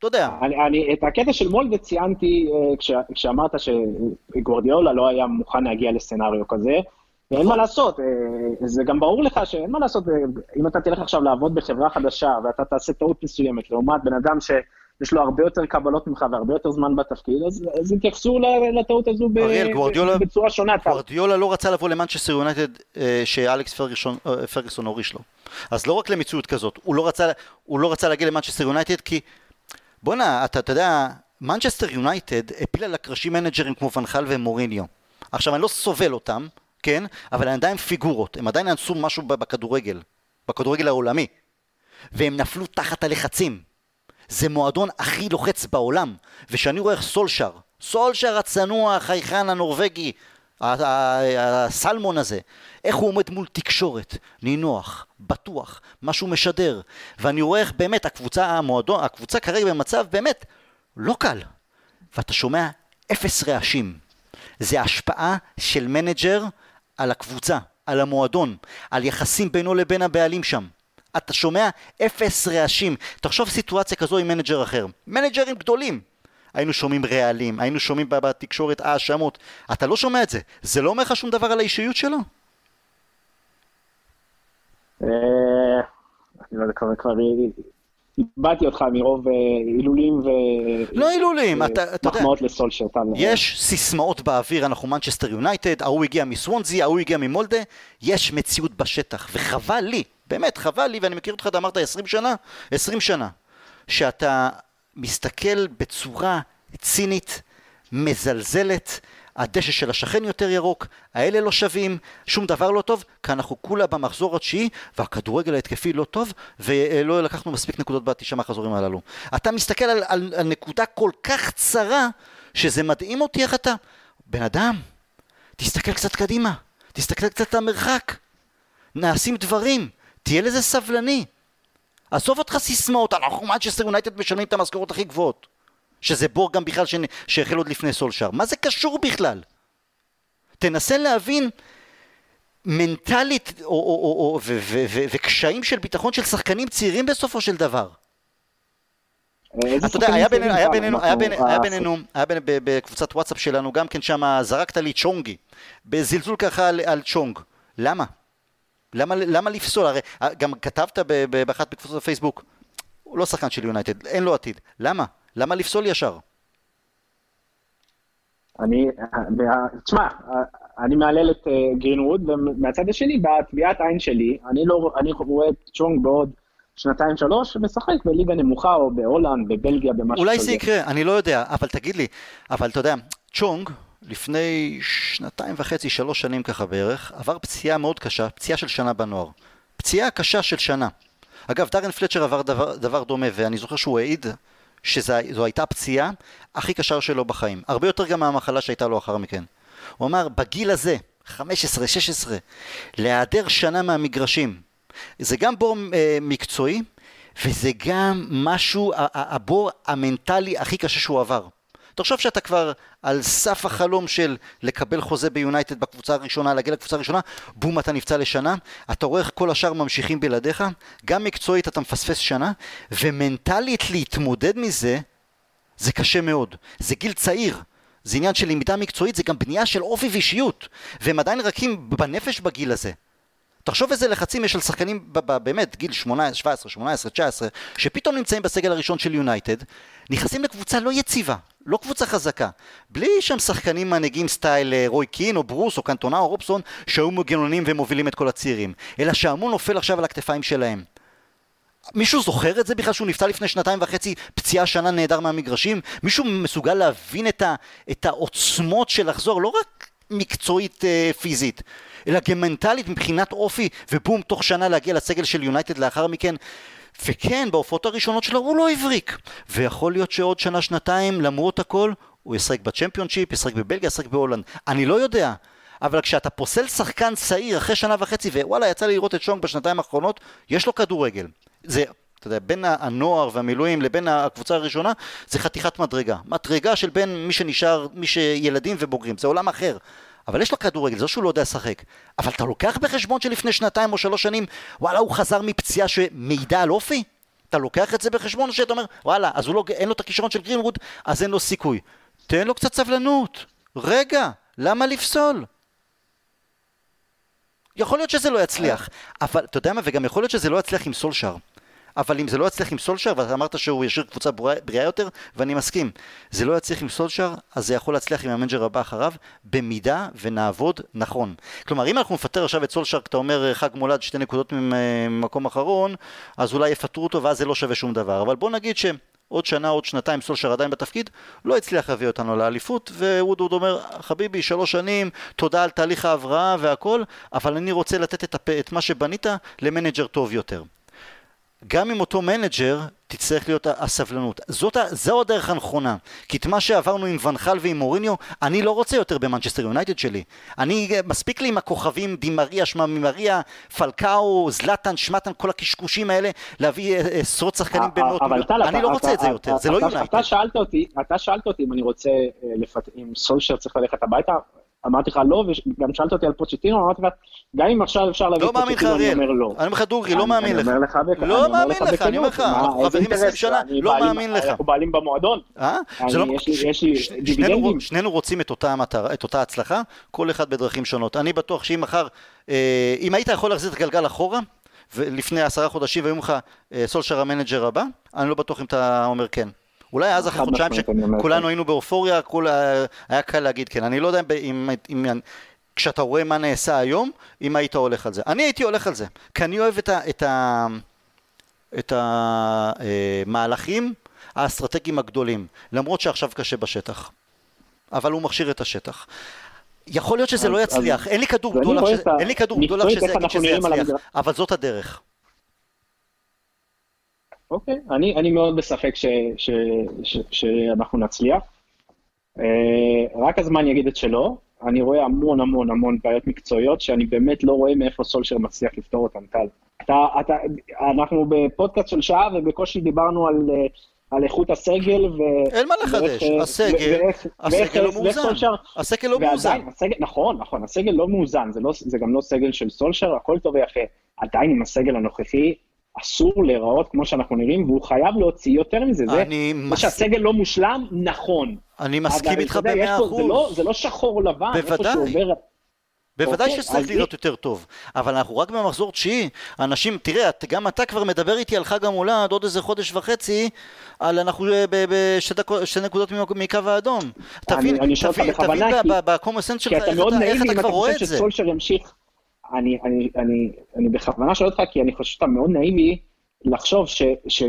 אתה יודע. אני, אני, את הקטע של מולדה ציינתי כש, כשאמרת שגוורדיולה לא היה מוכן להגיע לסצנריו כזה, ואין מה לעשות, זה גם ברור לך שאין מה לעשות, אם אתה תלך עכשיו לעבוד בחברה חדשה, ואתה תעשה טעות מסוימת, לעומת בן אדם שיש לו הרבה יותר קבלות ממך, והרבה יותר זמן בתפקיד, אז, אז התייחסו לטעות הזו ב, אריאל, גוורדיולה, בצורה שונה. גוורדיולה לא רצה לבוא למנצ'סטר יונייטד שאלכס פרגוסון, פרגוסון הוריש לו. אז לא רק למציאות כזאת, הוא לא רצה, הוא לא רצה להגיע למנצ'סטר יונייטד, כי בוא'נה, אתה, אתה יודע, מנצ'סטר יונייטד הפילה לקרשים מנג'רים כמו ונחל ומוריניו. עכשיו, אני לא סובל אותם, כן? אבל הם עדיין פיגורות, הם עדיין עשו משהו בכדורגל, בכדורגל העולמי, והם נפלו תחת הלחצים. זה מועדון הכי לוחץ בעולם, ושאני רואה סולשר, סולשר הצנוע, החייכן הנורווגי, הסלמון הזה, איך הוא עומד מול תקשורת, נינוח, בטוח, משהו משדר, ואני רואה איך באמת הקבוצה, המועדון, הקבוצה כרגע במצב באמת לא קל, ואתה שומע אפס רעשים. זה השפעה של מנג'ר על הקבוצה, על המועדון, על יחסים בינו לבין הבעלים שם. אתה שומע אפס רעשים. תחשוב סיטואציה כזו עם מנג'ר אחר. מנג'רים גדולים. היינו שומעים רעלים, היינו שומעים בתקשורת האשמות. אתה לא שומע את זה. זה לא אומר לך שום דבר על האישיות שלו? אני לא יודע, כבר איבדתי אותך מרוב אילולים ו... לא אילולים, מחמאות לסולשר. יש סיסמאות באוויר, אנחנו מנצ'סטר יונייטד, ההוא הגיע מסוונזי, ההוא הגיע ממולדה, יש מציאות בשטח, וחבל לי, באמת חבל לי, ואני מכיר אותך, אתה אמרת עשרים שנה, עשרים שנה, שאתה מסתכל בצורה צינית, מזלזלת, הדשא של השכן יותר ירוק, האלה לא שווים, שום דבר לא טוב, כי אנחנו כולה במחזור התשיעי, והכדורגל ההתקפי לא טוב, ולא לקחנו מספיק נקודות בתשעה מחזורים הללו. אתה מסתכל על, על, על נקודה כל כך צרה, שזה מדהים אותי איך אתה. בן אדם, תסתכל קצת קדימה, תסתכל קצת למרחק, נעשים דברים, תהיה לזה סבלני. עזוב אותך סיסמאות, אנחנו מנצ'סטר יונייטד משלמים את המשכורות הכי גבוהות. שזה בור גם בכלל שהחל עוד לפני סולשר. מה זה קשור בכלל? תנסה להבין מנטלית או, או, או, או, ו, ו, ו, וקשיים של ביטחון של שחקנים צעירים בסופו של דבר. אתה יודע, היה בינינו, היה בינינו, היה בינינו, היה בינינו, היה בינינו בקבוצת וואטסאפ שלנו, גם כן שם זרקת לי צ'ונגי, בזלזול ככה על, על צ'ונג. למה? למה, למה לפסול? הרי גם כתבת באחת בקבוצות הפייסבוק, הוא לא שחקן של יונייטד, אין לו עתיד. למה? למה לפסול ישר? אני, תשמע, אני מעלל את גרינווד, ומהצד השני, בטביעת עין שלי, אני לא, אני רואה את צ'ונג בעוד שנתיים שלוש, משחק בליגה נמוכה, או בהולנד, בבלגיה, במשהו כזה. אולי זה יקרה, אני לא יודע, אבל תגיד לי, אבל אתה יודע, צ'ונג, לפני שנתיים וחצי, שלוש שנים ככה בערך, עבר פציעה מאוד קשה, פציעה של שנה בנוער. פציעה קשה של שנה. אגב, דארן פלצ'ר עבר דבר, דבר דומה, ואני זוכר שהוא העיד, שזו הייתה הפציעה הכי קשה שלו בחיים. הרבה יותר גם מהמחלה שהייתה לו אחר מכן. הוא אמר, בגיל הזה, חמש עשרה שש עשרה, להיעדר שנה מהמגרשים, זה גם בור אה, מקצועי, וזה גם משהו, הבור המנטלי הכי קשה שהוא עבר. תחשוב שאתה כבר על סף החלום של לקבל חוזה ביונייטד בקבוצה הראשונה, להגיע לקבוצה הראשונה, בום אתה נפצע לשנה, אתה רואה איך כל השאר ממשיכים בלעדיך, גם מקצועית אתה מפספס שנה, ומנטלית להתמודד מזה, זה קשה מאוד. זה גיל צעיר, זה עניין של למידה מקצועית, זה גם בנייה של אופי ואישיות, והם עדיין רכים בנפש בגיל הזה. תחשוב איזה לחצים יש על שחקנים באמת גיל שבע עשרה, שמונה עשרה, תשע עשרה, שפתאום נמצאים בסגל הראשון של יונייטד, נכנסים לקבוצה לא יציבה, לא קבוצה חזקה, בלי שם שחקנים מנהיגים סטייל רוי קין או ברוס או קנטונה או רובסון שהיו מגנונים ומובילים את כל הצעירים, אלא שהמון נופל עכשיו על הכתפיים שלהם. מישהו זוכר את זה בכלל שהוא נפצע לפני שנתיים וחצי, פציעה שנה נהדר מהמגרשים? מישהו מסוגל להבין את, ה, את העוצמות של לחזור, לא רק מקצועית אה, פיזית, אלא גם מנטלית מבחינת אופי, ובום, תוך שנה להגיע לסגל של יונייטד לאחר מכן. וכן, בהופעות הראשונות שלו הוא לא הבריק, ויכול להיות שעוד שנה, שנתיים, למרות הכל, הוא ישחק בצ'מפיונשיפ, ישחק בבלגיה, ישחק בהולנד. אני לא יודע, אבל כשאתה פוסל שחקן צעיר אחרי שנה וחצי, ווואלה, יצא לי לראות את שונג בשנתיים האחרונות, יש לו כדורגל. זה, אתה יודע, בין הנוער והמילואים לבין הקבוצה הראשונה, זה חתיכת מדרגה. מדרגה של בין מי שנשאר, מי שילדים ובוגרים, זה עולם אחר. אבל יש לו כדורגל, זה שהוא לא יודע לשחק. אבל אתה לוקח בחשבון שלפני שנתיים או שלוש שנים, וואלה, הוא חזר מפציעה שמעידה על אופי? אתה לוקח את זה בחשבון שאתה אומר, וואלה, אז הוא לא, אין לו את הכישרון של גרינווד, אז אין לו סיכוי. תן לו קצת סבלנות. רגע, למה לפסול? יכול להיות שזה לא יצליח, אבל אתה יודע מה, וגם יכול להיות שזה לא יצליח עם סולשר. אבל אם זה לא יצליח עם סולשר, ואתה אמרת שהוא ישאיר קבוצה בריאה יותר, ואני מסכים, זה לא יצליח עם סולשר, אז זה יכול להצליח עם המנג'ר הבא אחריו, במידה ונעבוד נכון. כלומר, אם אנחנו נפטר עכשיו את סולשר, אתה אומר חג מולד שתי נקודות ממקום אחרון, אז אולי יפטרו אותו, ואז זה לא שווה שום דבר. אבל בוא נגיד שעוד שנה, עוד שנתיים, סולשר עדיין בתפקיד, לא הצליח להביא אותנו לאליפות, וווד אומר, חביבי, שלוש שנים, תודה על תהליך ההבראה והכל, אבל אני רוצה לתת את, הפ... את מה שבנית למנג'ר טוב יותר. גם עם אותו מנג'ר תצטרך להיות הסבלנות. זאת, זו הדרך הנכונה. כי את מה שעברנו עם ונחל ועם מוריניו, אני לא רוצה יותר במנצ'סטר יונייטד שלי. אני, מספיק לי עם הכוכבים, דימריה, שממריה, פלקאו, זלטן, שמטן, כל הקשקושים האלה, להביא עשרות שחקנים במאות מיליון. אני לא רוצה את זה יותר, זה לא יונייטד. אתה שאלת אותי, אתה שאלת אותי אם אני רוצה, אם סולשר צריך ללכת הביתה, אמרתי לך לא, וגם שאלת אותי על פוצ'טינו, אמרתי לך, גם אם עכשיו אפשר להביא פוצ'טינו, אני אומר לא. אני אומר לך דוגרי, לא מאמין לך. לא מאמין לך, אני אומר לך, אנחנו חברים עשרים שנה, לא מאמין לך. אנחנו בעלים במועדון. יש לי דיבידנדים. שנינו רוצים את אותה הצלחה, כל אחד בדרכים שונות. אני בטוח שאם מחר, אם היית יכול להחזיר את הגלגל אחורה, ולפני עשרה חודשים, והיום לך סולשר המנג'ר הבא, אני לא בטוח אם אתה אומר כן. אולי אז אחרי חודשיים שכולנו היינו באופוריה, היה קל להגיד כן. אני לא יודע אם כשאתה רואה מה נעשה היום, אם היית הולך על זה. אני הייתי הולך על זה, כי אני אוהב את המהלכים האסטרטגיים הגדולים, למרות שעכשיו קשה בשטח. אבל הוא מכשיר את השטח. יכול להיות שזה לא יצליח, אין לי כדור גדול שזה יצליח, אבל זאת הדרך. אוקיי, אני, אני מאוד בספק ש, ש, ש, שאנחנו נצליח. רק הזמן יגיד את שלו. אני רואה המון המון המון בעיות מקצועיות, שאני באמת לא רואה מאיפה סולשר מצליח לפתור אותן, טל. אתה, אתה, אנחנו בפודקאסט של שעה, ובקושי דיברנו על, על איכות הסגל, ו... אין מה לחדש, הסגל, הסגל לא מאוזן. הסגל לא מאוזן. נכון, נכון, הסגל לא מאוזן, זה, לא, זה גם לא סגל של סולשר, הכל טוב ויפה. עדיין עם הסגל הנוכחי, אסור להיראות כמו שאנחנו נראים, והוא חייב להוציא יותר מזה. זה מס... שהסגל לא מושלם, נכון. אני מסכים איתך במאה אחוז. זה לא, זה לא שחור לבן, בוודאי. שעובר... בוודאי okay, שצריך להיות יותר טוב, אבל אנחנו רק במחזור תשיעי, אנשים, תראה, גם אתה כבר מדבר איתי על חג המולד, עוד איזה חודש וחצי, על אנחנו בשתי נקודות מקו האדום. תבין, תבין, תבין בקומוסנס שלך, איך אתה כבר רואה את זה. שסולשר ימשיך. אני, אני, אני, אני בכוונה שואל אותך, כי אני חושב שאתה מאוד נאיבי לחשוב ש,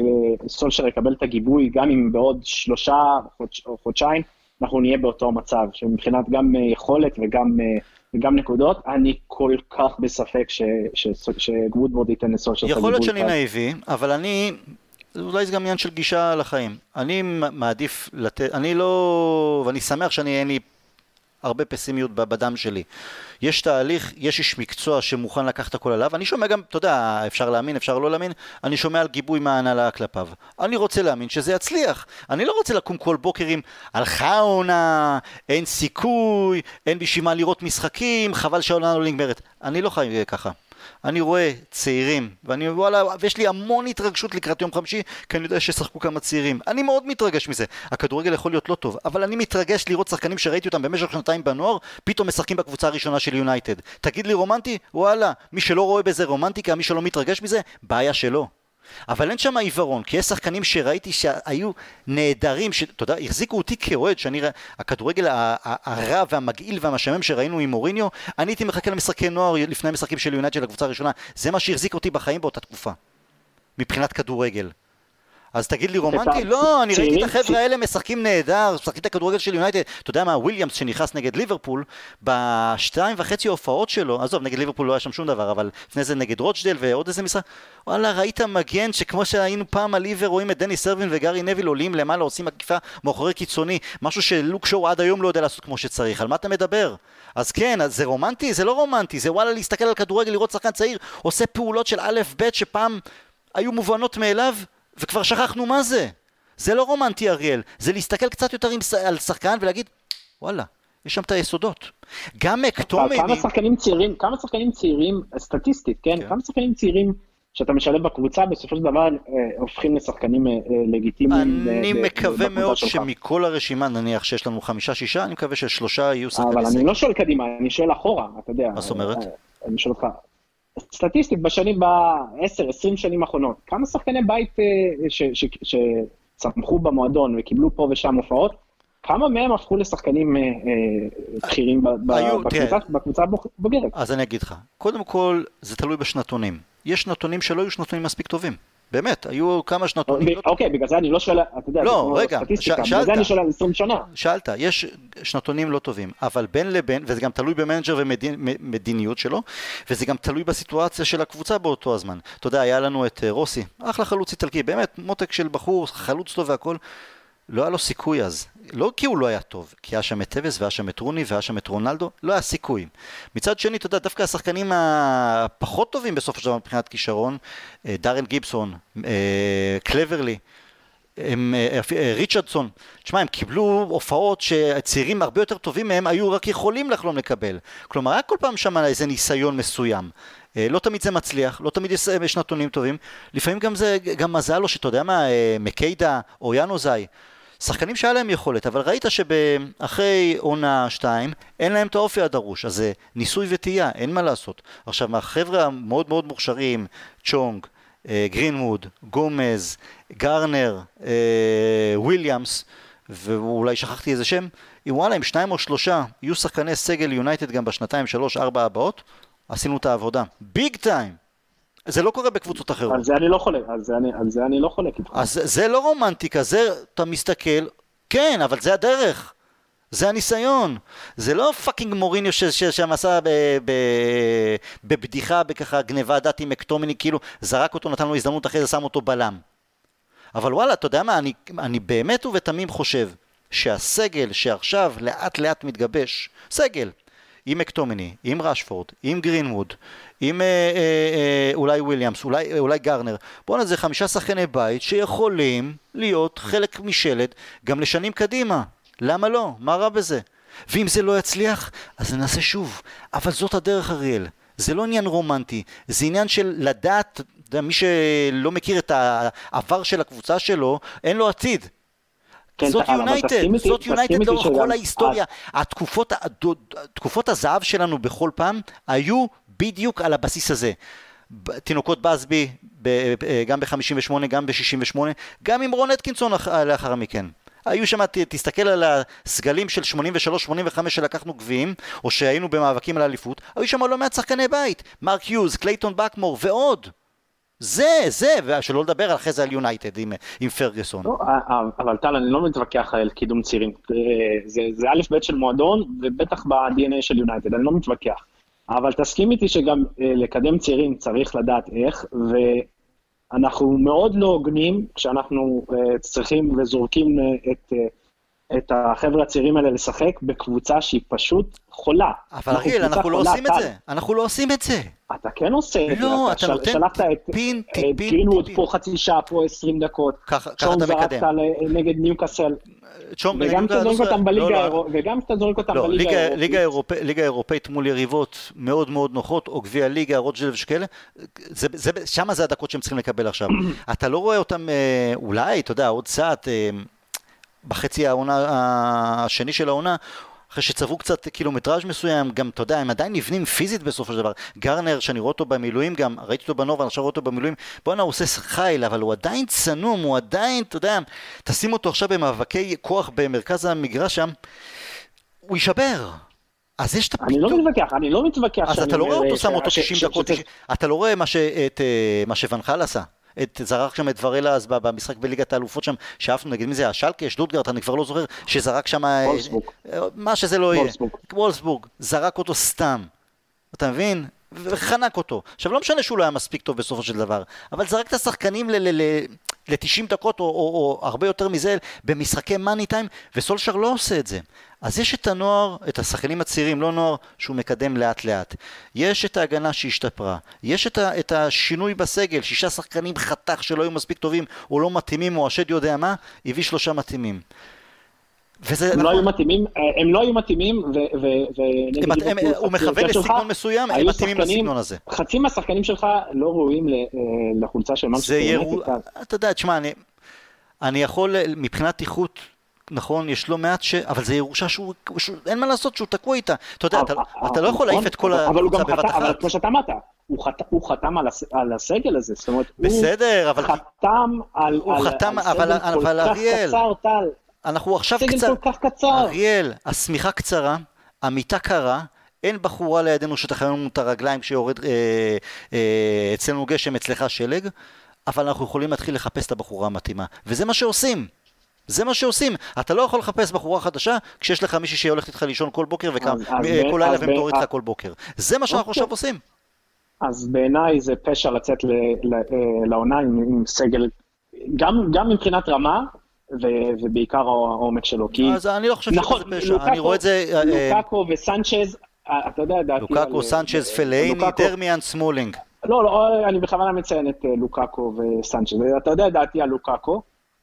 שסולשר יקבל את הגיבוי, גם אם בעוד שלושה או חודשיים, אנחנו נהיה באותו מצב, שמבחינת גם יכולת וגם, וגם נקודות, אני כל כך בספק ש, ש, שגוודוורד ייתן לסולשר את הגיבוי. יכול להיות שאני נאיבי, אבל אני, אולי זה גם עניין של גישה לחיים. אני מעדיף לתת, אני לא, ואני שמח שאני אין לי, הרבה פסימיות בדם שלי. יש תהליך, יש איש מקצוע שמוכן לקחת הכל עליו, אני שומע גם, אתה יודע, אפשר להאמין, אפשר לא להאמין, אני שומע על גיבוי מההנהלה כלפיו. אני רוצה להאמין שזה יצליח. אני לא רוצה לקום כל בוקרים על חאונה, אין סיכוי, אין בשביל מה לראות משחקים, חבל שהעונה לא נגמרת. אני לא חי ככה. אני רואה צעירים, ואני, וואלה, ויש לי המון התרגשות לקראת יום חמישי, כי אני יודע ששחקו כמה צעירים. אני מאוד מתרגש מזה. הכדורגל יכול להיות לא טוב, אבל אני מתרגש לראות שחקנים שראיתי אותם במשך שנתיים בנוער, פתאום משחקים בקבוצה הראשונה של יונייטד. תגיד לי רומנטי? וואלה, מי שלא רואה בזה רומנטיקה, מי שלא מתרגש מזה, בעיה שלו. אבל אין שם עיוורון, כי יש שחקנים שראיתי שהיו נהדרים, אתה יודע, החזיקו אותי כאוהד, שאני ראה, הכדורגל הרע והמגעיל והמשמם שראינו עם מוריניו, אני הייתי מחכה למשחקי נוער לפני המשחקים של יונייטד של הקבוצה הראשונה, זה מה שהחזיק אותי בחיים באותה תקופה, מבחינת כדורגל. אז תגיד לי רומנטי? לא, אני ראיתי את החבר'ה האלה משחקים נהדר, משחקים את הכדורגל של יונייטד. אתה יודע מה, וויליאמס שנכנס נגד ליברפול, בשתיים וחצי הופעות שלו, עזוב, נגד ליברפול לא היה שם שום דבר, אבל לפני זה נגד רוצ'דל ועוד איזה משחק, וואלה, ראית מגן שכמו שהיינו פעם על ליבר, רואים את דני סרווין וגארי נביל עולים למעלה, עושים עקיפה מאחורי קיצוני, משהו שלוק שואו עד היום לא יודע לעשות כמו שצריך. על מה אתה מדבר? אז כן, אז זה רומנטי? זה לא רומנטי, זה וואלה להסתכל על כדורגל, לראות שחקן צעיר, עושה פעולות של א' ב' שפעם היו מובנות מאליו, וכבר שכחנו מה זה. זה לא רומנטי, אריאל. זה להסתכל קצת יותר על שחקן ולהגיד, וואלה, יש שם את היסודות. גם מקטומני... כמה שחקנים צעירים, כמה שחקנים צעירים, סטטיסטית, כן? כמה שחקנים צעירים שאתה משלב בקבוצה, בסופו של דבר הופכים לשחקנים לגיטימיים. אני מקווה מאוד שמכל הרשימה, נניח שיש לנו חמישה, שישה, אני מקווה ששלושה יהיו שחקני סגל. אבל אני לא שואל קדימה, אני שואל אחורה, אתה יודע. מה זאת אומרת? אני שואל אותך, סטטיסטית בשנים, ב-עשר עשרים שנים האחרונות, כמה שחקני בית שצמחו במועדון וקיבלו פה ושם הופעות, כמה מהם הפכו לשחקנים בכירים בקבוצה הבוגרת? אז אני אגיד לך, קודם כל זה תלוי בשנתונים. יש שנתונים שלא היו שנתונים מספיק טובים. באמת, היו כמה שנתונים. אוקיי, בגלל זה אני לא שואל, אתה יודע, לא, רגע, שאלת. בגלל זה אני שואל על עשרים שנה. שאלת, יש שנתונים לא טובים, אבל בין לבין, וזה גם תלוי במנג'ר ומדיניות שלו, וזה גם תלוי בסיטואציה של הקבוצה באותו הזמן. אתה יודע, היה לנו את רוסי, אחלה חלוץ איטלקי, באמת, מותק של בחור, חלוץ טוב והכל. לא היה לו סיכוי אז, לא כי הוא לא היה טוב, כי היה שם את טבס והיה שם את רוני והיה שם את רונלדו, לא היה סיכוי. מצד שני, אתה יודע, דווקא השחקנים הפחות טובים בסוף של מבחינת כישרון, דארן גיבסון, קלברלי, ריצ'רדסון, תשמע, הם קיבלו הופעות שהצעירים הרבה יותר טובים מהם היו רק יכולים לחלום לקבל. כלומר, היה כל פעם שם איזה ניסיון מסוים. לא תמיד זה מצליח, לא תמיד יש נתונים טובים, לפעמים גם זה, גם מזל לו שאתה יודע מה, מקיידה או ינוזאי, שחקנים שהיה להם יכולת, אבל ראית שאחרי עונה שתיים, אין להם את האופי הדרוש, אז זה ניסוי וטעייה, אין מה לעשות. עכשיו, מהחבר'ה המאוד מאוד מוכשרים, צ'ונג, גרינווד, גומז, גרנר, וויליאמס, ואולי שכחתי איזה שם, אם וואלה, עם שניים או שלושה, יהיו שחקני סגל יונייטד גם בשנתיים, שלוש, ארבע הבאות, עשינו את העבודה. ביג טיים! זה לא קורה בקבוצות אחרות. על זה אני לא חולק, על זה אני, על זה אני לא חולק איתך. אז זה לא רומנטיקה, זה, אתה מסתכל, כן, אבל זה הדרך. זה הניסיון. זה לא פאקינג מוריניו ששם עשה בבדיחה, בככה גניבה דעת עם מקטומיני, כאילו זרק אותו, נתן לו הזדמנות אחרי זה, שם אותו בלם. אבל וואלה, אתה יודע מה, אני, אני באמת ובתמים חושב שהסגל שעכשיו לאט לאט מתגבש, סגל, עם מקטומיני, עם רשפורד, עם גרינווד, עם אה, אה, אה, אולי וויליאמס, אולי, אולי גרנר, בואו נזה חמישה שחקני בית שיכולים להיות חלק משלד גם לשנים קדימה. למה לא? מה רע בזה? ואם זה לא יצליח, אז ננסה שוב. אבל זאת הדרך, אריאל. זה לא עניין רומנטי, זה עניין של לדעת, מי שלא מכיר את העבר של הקבוצה שלו, אין לו עתיד. כן, זאת יונייטד, זאת יונייטד לאורך כל ההיסטוריה. התקופות, תקופות הזהב שלנו בכל פעם היו בדיוק על הבסיס הזה. תינוקות בסבי, גם ב-חמישים ושמונה, גם ב-שישים ושמונה, גם עם רון אטקינסון לאחר מכן. היו שם, תסתכל על הסגלים של שמונים ושלוש שמונים וחמש שלקחנו גביעים, או שהיינו במאבקים על האליפות, היו שם לא מעט שחקני בית, מרק יוז, קלייטון בקמור ועוד. זה, זה, ושלא לדבר על אחרי זה על יונייטד עם, עם פרגוסון. לא, אבל טל, אני לא מתווכח על קידום צירים. זה, זה א' ב' של מועדון, ובטח ב-די אן איי של יונייטד, אני לא מתווכח. אבל תסכים איתי שגם לקדם צירים צריך לדעת איך, ואנחנו מאוד לא הוגנים כשאנחנו צריכים וזורקים את... את החבר'ה הצעירים האלה לשחק בקבוצה שהיא פשוט חולה. אבל אריאל, אנחנו לא עושים את זה. אנחנו לא עושים את זה. אתה כן עושה את זה. לא, אתה נותן טיפין, טיפין. גרינווד פה חצי שעה, פה עשרים דקות. ככה אתה מקדם. צ'ונג זרקת נגד ניוקאסל. וגם אתה זורק אותם בליגה האירופאית. וגם אתה זורק אותם בליגה האירופאית. ליגה האירופאית מול יריבות מאוד מאוד נוחות, או גביע ליגה, רוטשילד ושכאלה. שם זה הדקות שהם צריכים לקבל עכשיו. אתה לא רואה אותם, אולי, אתה יודע, עוד צעת בחצי העונה, השני של העונה, אחרי שצברו קצת קילומטראז' מסוים, גם, אתה יודע, הם עדיין נבנים פיזית בסופו של דבר. גרנר, שאני רואה אותו במילואים גם, ראיתי אותו בנובה, אני עכשיו רואה אותו במילואים, בוא'נה, הוא עושה חייל, אבל הוא עדיין צנום, הוא עדיין, אתה יודע, תשים אותו עכשיו במאבקי כוח במרכז המגרש שם, הוא יישבר. אז יש את הפתאום. אני לא מתווכח, אני לא מתווכח. אז אתה לא רואה אותו שם אותו שישים דקות, אתה לא רואה מה שוונחל עשה. את זרק שם את ורלה אז במשחק בליגת האלופות שם, שאפנו נגד מי זה, השלקה, שטוטגרט, אני כבר לא זוכר, שזרק שם, וולסבורג. מה שזה לא יהיה, וולסבורג, זרק אותו סתם, אתה מבין? וחנק אותו. עכשיו לא משנה שהוא לא היה מספיק טוב בסופו של דבר, אבל זרק את השחקנים ל-תשעים דקות או, או, או הרבה יותר מזה במשחקי מאני טיים, וסולשר לא עושה את זה. אז יש את הנוער, את השחקנים הצעירים, לא נוער שהוא מקדם לאט לאט. יש את ההגנה שהשתפרה, יש את, ה, את השינוי בסגל, שישה שחקנים חתך שלא היו מספיק טובים או לא מתאימים, או השד יודע מה, הביא שלושה מתאימים. הם לא היו מתאימים, הם לא היו מתאימים, הוא מכוון לסגנון מסוים, הם מתאימים לסגנון הזה. חצי מהשחקנים שלך לא ראויים לחולצה של מנצ'סטר יונייטד. אתה יודע, תשמע, אני יכול, מבחינת איכות, נכון, יש לא מעט ש... אבל זה ירושה שהוא... אין מה לעשות שהוא תקוע איתה. אתה יודע, אתה לא יכול להעיף את כל הקבוצה בבת אחת. אבל כמו שאתה אמרת, הוא חתם על הסגל הזה, זאת אומרת, בסדר, אבל... הוא חתם על סגל כל כך קצר, טל. אנחנו עכשיו קצר... אריאל, השמיכה קצרה, המיטה קרה, אין בחורה לידינו שתחמם לנו את הרגליים כשיורד אצלנו גשם, אצלך שלג, אבל אנחנו יכולים להתחיל לחפש את הבחורה המתאימה. וזה מה שעושים. זה מה שעושים. אתה לא יכול לחפש בחורה חדשה כשיש לך מישהי שהולכת איתך לישון כל בוקר וכל לילה ומתעורר איתך כל בוקר. זה מה שאנחנו עכשיו עושים. אז בעיניי זה פשע לצאת לעונה עם סגל, גם מבחינת רמה, ובעיקר העומק שלו. אז אני לא חושב שזה פשע. אני רואה את זה... לוקאקו וסנצ'ז, אתה יודע, דעתי... לוקאקו, סנצ'ז, פלאיני, דרמיאן, סמולינג. לא, לא, אני בכוונה מציין את לוקאקו וסנצ'ז. אתה יודע, דעתי על לוקאקו.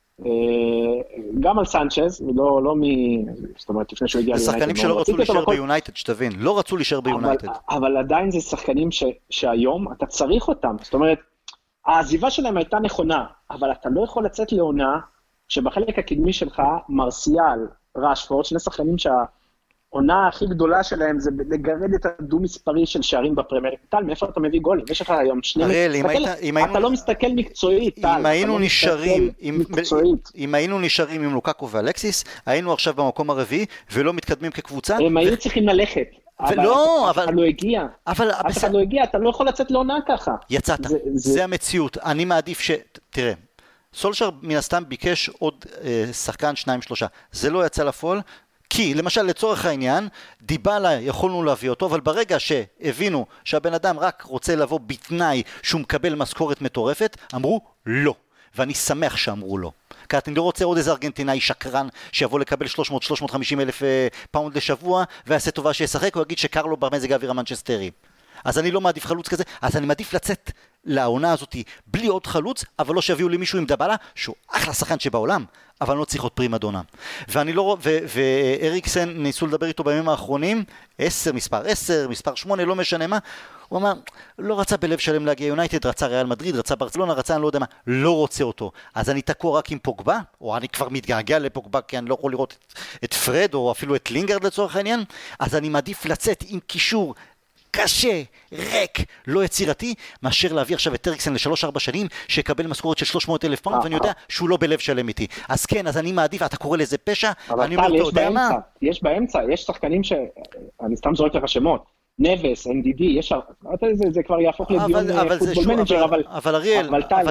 גם על סנצ'ז, לא, לא מ... זאת אומרת, לפני שהוא הגיע ליונייטד. זה שחקנים שלא רצו להישאר ביונייטד, שתבין. לא רצו להישאר ביונייטד. אבל עדיין זה שחקנים שהיום אתה צריך אותם. זאת אומרת, העזיבה שלהם הייתה נכונה, אבל אתה לא יכול לצאת לעונה שבחלק הקדמי שלך, מרסיאל, רשפורד, שני שחקנים שהעונה הכי גדולה שלהם זה לגרד את הדו מספרי של שערים בפרמייר. טל, מאיפה אתה מביא גולים? יש לך היום שני... אתה לא מסתכל מקצועית, טל. אם היינו נשארים, אם היינו נשארים עם לוקאקו ואלקסיס, היינו עכשיו במקום הרביעי, ולא מתקדמים כקבוצה. הם היו צריכים ללכת. לא, אבל... אף אחד לא הגיע. אף אחד לא הגיע, אתה לא יכול לצאת לעונה ככה. יצאת, זה המציאות. אני מעדיף ש... תראה. סולשר מן הסתם ביקש עוד אה, שחקן שניים שלושה, זה לא יצא לפועל, כי למשל לצורך העניין, דיבלה יכולנו להביא אותו, אבל ברגע שהבינו שהבן אדם רק רוצה לבוא בתנאי שהוא מקבל משכורת מטורפת, אמרו לא, ואני שמח שאמרו לא. כי אני לא רוצה עוד איזה ארגנטינאי שקרן שיבוא לקבל שלוש מאות שלוש מאות וחמישים אלף אה, פאונד לשבוע, ויעשה טובה שישחק, הוא יגיד שקרלו במזג האוויר המנצ'סטרי. אז אני לא מעדיף חלוץ כזה, אז אני מעדיף לצאת לעונה הזאת בלי עוד חלוץ, אבל לא שיביאו לי מישהו עם דבלה, שהוא אחלה שחקן שבעולם, אבל לא צריך עוד פרימדונה. ואני לא, ו, ואריקסן ניסו לדבר איתו בימים האחרונים, עשר, מספר עשר, מספר שמונה, לא משנה מה, הוא אמר, לא רצה בלב שלם להגיע יונייטד, רצה ריאל מדריד, רצה ברצלונה, רצה אני לא יודע מה, לא רוצה אותו. אז אני תקוע רק עם פוגבה, או אני כבר מתגעגע לפוגבה, כי אני לא יכול לראות את, את פרד, או אפילו את לינגרד לצורך העניין, אז אני מעדיף לצאת עם קישור קשה, ריק, לא יצירתי, מאשר להביא עכשיו את אריקסן לשלוש ארבע שנים, שיקבל משכורת של שלוש מאות אלף פאונד, ואני יודע שהוא לא בלב שלם איתי. אז כן, אז אני מעדיף, אתה קורא לזה פשע, אני אומר, אתה יודע מה? יש באמצע, יש שחקנים ש... אני סתם זורק לך שמות, נבס, אם די די, יש... זה כבר יהפוך לדיון פוטבול מנג'ר, אבל... אבל אריאל,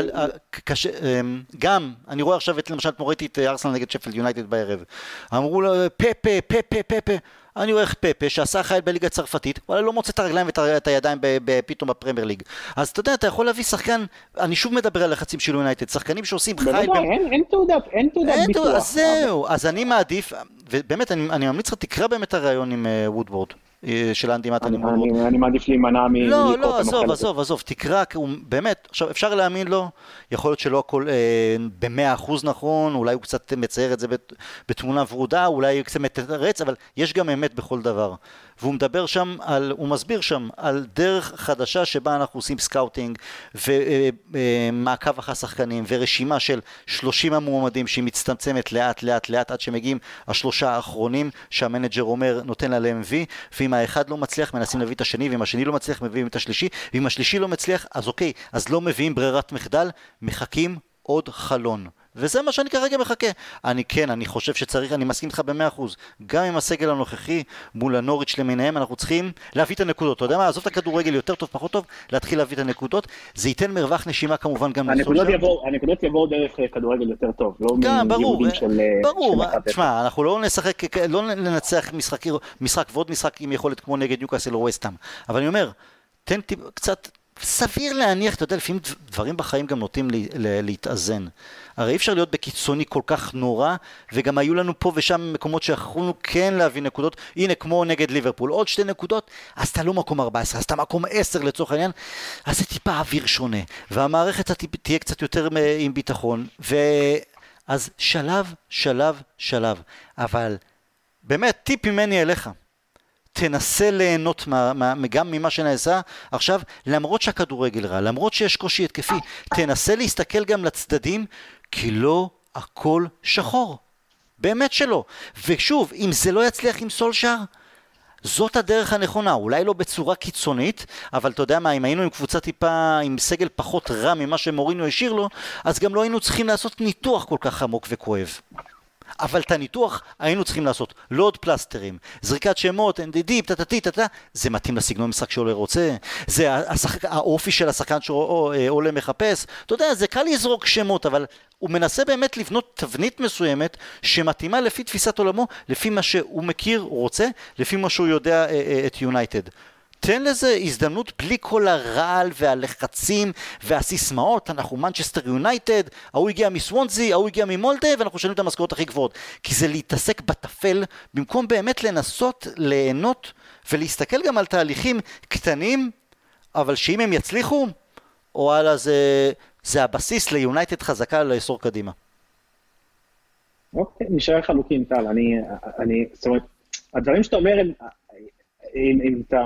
גם, אני רואה עכשיו, למשל, מוריתי את ארסנל נגד שפילד יונייטד בערב, אמרו לו, פפה, פפה, פפה, אני רואה איך פפה שעשה חייל בליגה הצרפתית, אבל לא מוצא את הרגליים ואת הידיים פתאום בפרמייר ליג. אז אתה יודע, אתה יכול להביא שחקן, אני שוב מדבר על לחצים של יונייטד, שחקנים שעושים חייל... אין תעודת, אין תעודת ביטוח. אז זהו, אז אני מעדיף, ובאמת, אני ממליץ לך, תקרא באמת הרעיון עם וודוורד. של אנדי מטה לימוד. אני מעדיף להימנע מ... לא, לא, עזוב, עזוב, עזוב, תקרא, באמת, עכשיו אפשר להאמין לו, יכול להיות שלא הכל במאה אחוז נכון, אולי הוא קצת מצייר את זה בתמונה ורודה, אולי הוא קצת מתרץ, אבל יש גם אמת בכל דבר. והוא מדבר שם על, הוא מסביר שם על דרך חדשה שבה אנחנו עושים סקאוטינג ומעקב אחר שחקנים ורשימה של שלושים המועמדים שהיא מצטמצמת לאט לאט לאט עד שמגיעים השלושה האחרונים שהמנג'ר אומר נותן עליהם וי, ואם האחד לא מצליח מנסים להביא את השני, ואם השני לא מצליח מביאים את השלישי, ואם השלישי לא מצליח אז אוקיי, אז לא מביאים ברירת מחדל, מחכים עוד חלון. וזה מה שאני כרגע מחכה. אני כן, אני חושב שצריך, אני מסכים לך במאה אחוז. גם עם הסגל הנוכחי, מול הנוריץ' למיניהם, אנחנו צריכים להביא את הנקודות. אתה יודע מה? עזוב את הכדורגל יותר טוב, פחות טוב, להתחיל להביא את הנקודות. זה ייתן מרווח נשימה כמובן גם לסוף שם. הנקודות יבואו דרך כדורגל יותר טוב. גם, ברור, ברור. תשמע, אנחנו לא נשחק, לא ננצח משחק ועוד משחק עם יכולת כמו נגד ניוקאסל או וסטהאם. אבל אני אומר, תן קצת סביר להניח, אתה יודע, לפעמים דברים בחיים גם נוטים לי, לה, להתאזן. הרי אי אפשר להיות בקיצוני כל כך נורא, וגם היו לנו פה ושם מקומות שיכולנו כן להביא נקודות, הנה כמו נגד ליברפול, עוד שתי נקודות, אז אתה לא מקום ארבע עשרה, אז אתה מקום עשר לצורך העניין, אז זה טיפה אוויר שונה, והמערכת תהיה קצת יותר עם ביטחון, ו... אז שלב, שלב, שלב. אבל באמת, טיפ ממני אליך. תנסה ליהנות מה, מה, גם ממה שנעשה עכשיו, למרות שהכדורגל רע, למרות שיש קושי התקפי, תנסה להסתכל גם לצדדים, כי לא הכל שחור. באמת שלא. ושוב, אם זה לא יצליח עם סולשר, זאת הדרך הנכונה, אולי לא בצורה קיצונית, אבל אתה יודע מה, אם היינו עם קבוצה טיפה, עם סגל פחות רע ממה שמוריניו השאיר לו, אז גם לא היינו צריכים לעשות ניתוח כל כך עמוק וכואב. אבל את הניתוח היינו צריכים לעשות, לא עוד פלסטרים, זריקת שמות, אן די די, טטטי, טטטה, זה מתאים לסגנון משחק שעולה רוצה, זה השחק, האופי של השחקן שעולה מחפש, אתה יודע, זה קל לזרוק שמות, אבל הוא מנסה באמת לבנות תבנית מסוימת, שמתאימה לפי תפיסת עולמו, לפי מה שהוא מכיר, הוא רוצה, לפי מה שהוא יודע את יונייטד. תן לזה הזדמנות בלי כל הרעל והלחצים והסיסמאות, אנחנו מנצ'סטר יונייטד, ההוא הגיע מסוונזי, ההוא הגיע ממולדה, ואנחנו שנים את המשכורות הכי גבוהות. כי זה להתעסק בטפל, במקום באמת לנסות, ליהנות, ולהסתכל גם על תהליכים קטנים, אבל שאם הם יצליחו, וואלה, זה, זה הבסיס ליונייטד חזקה לאסור קדימה. אוקיי, נשאר חלוקים, טל. אני, אני, זאת אומרת, הדברים שאתה אומר הם... אם, אם אתה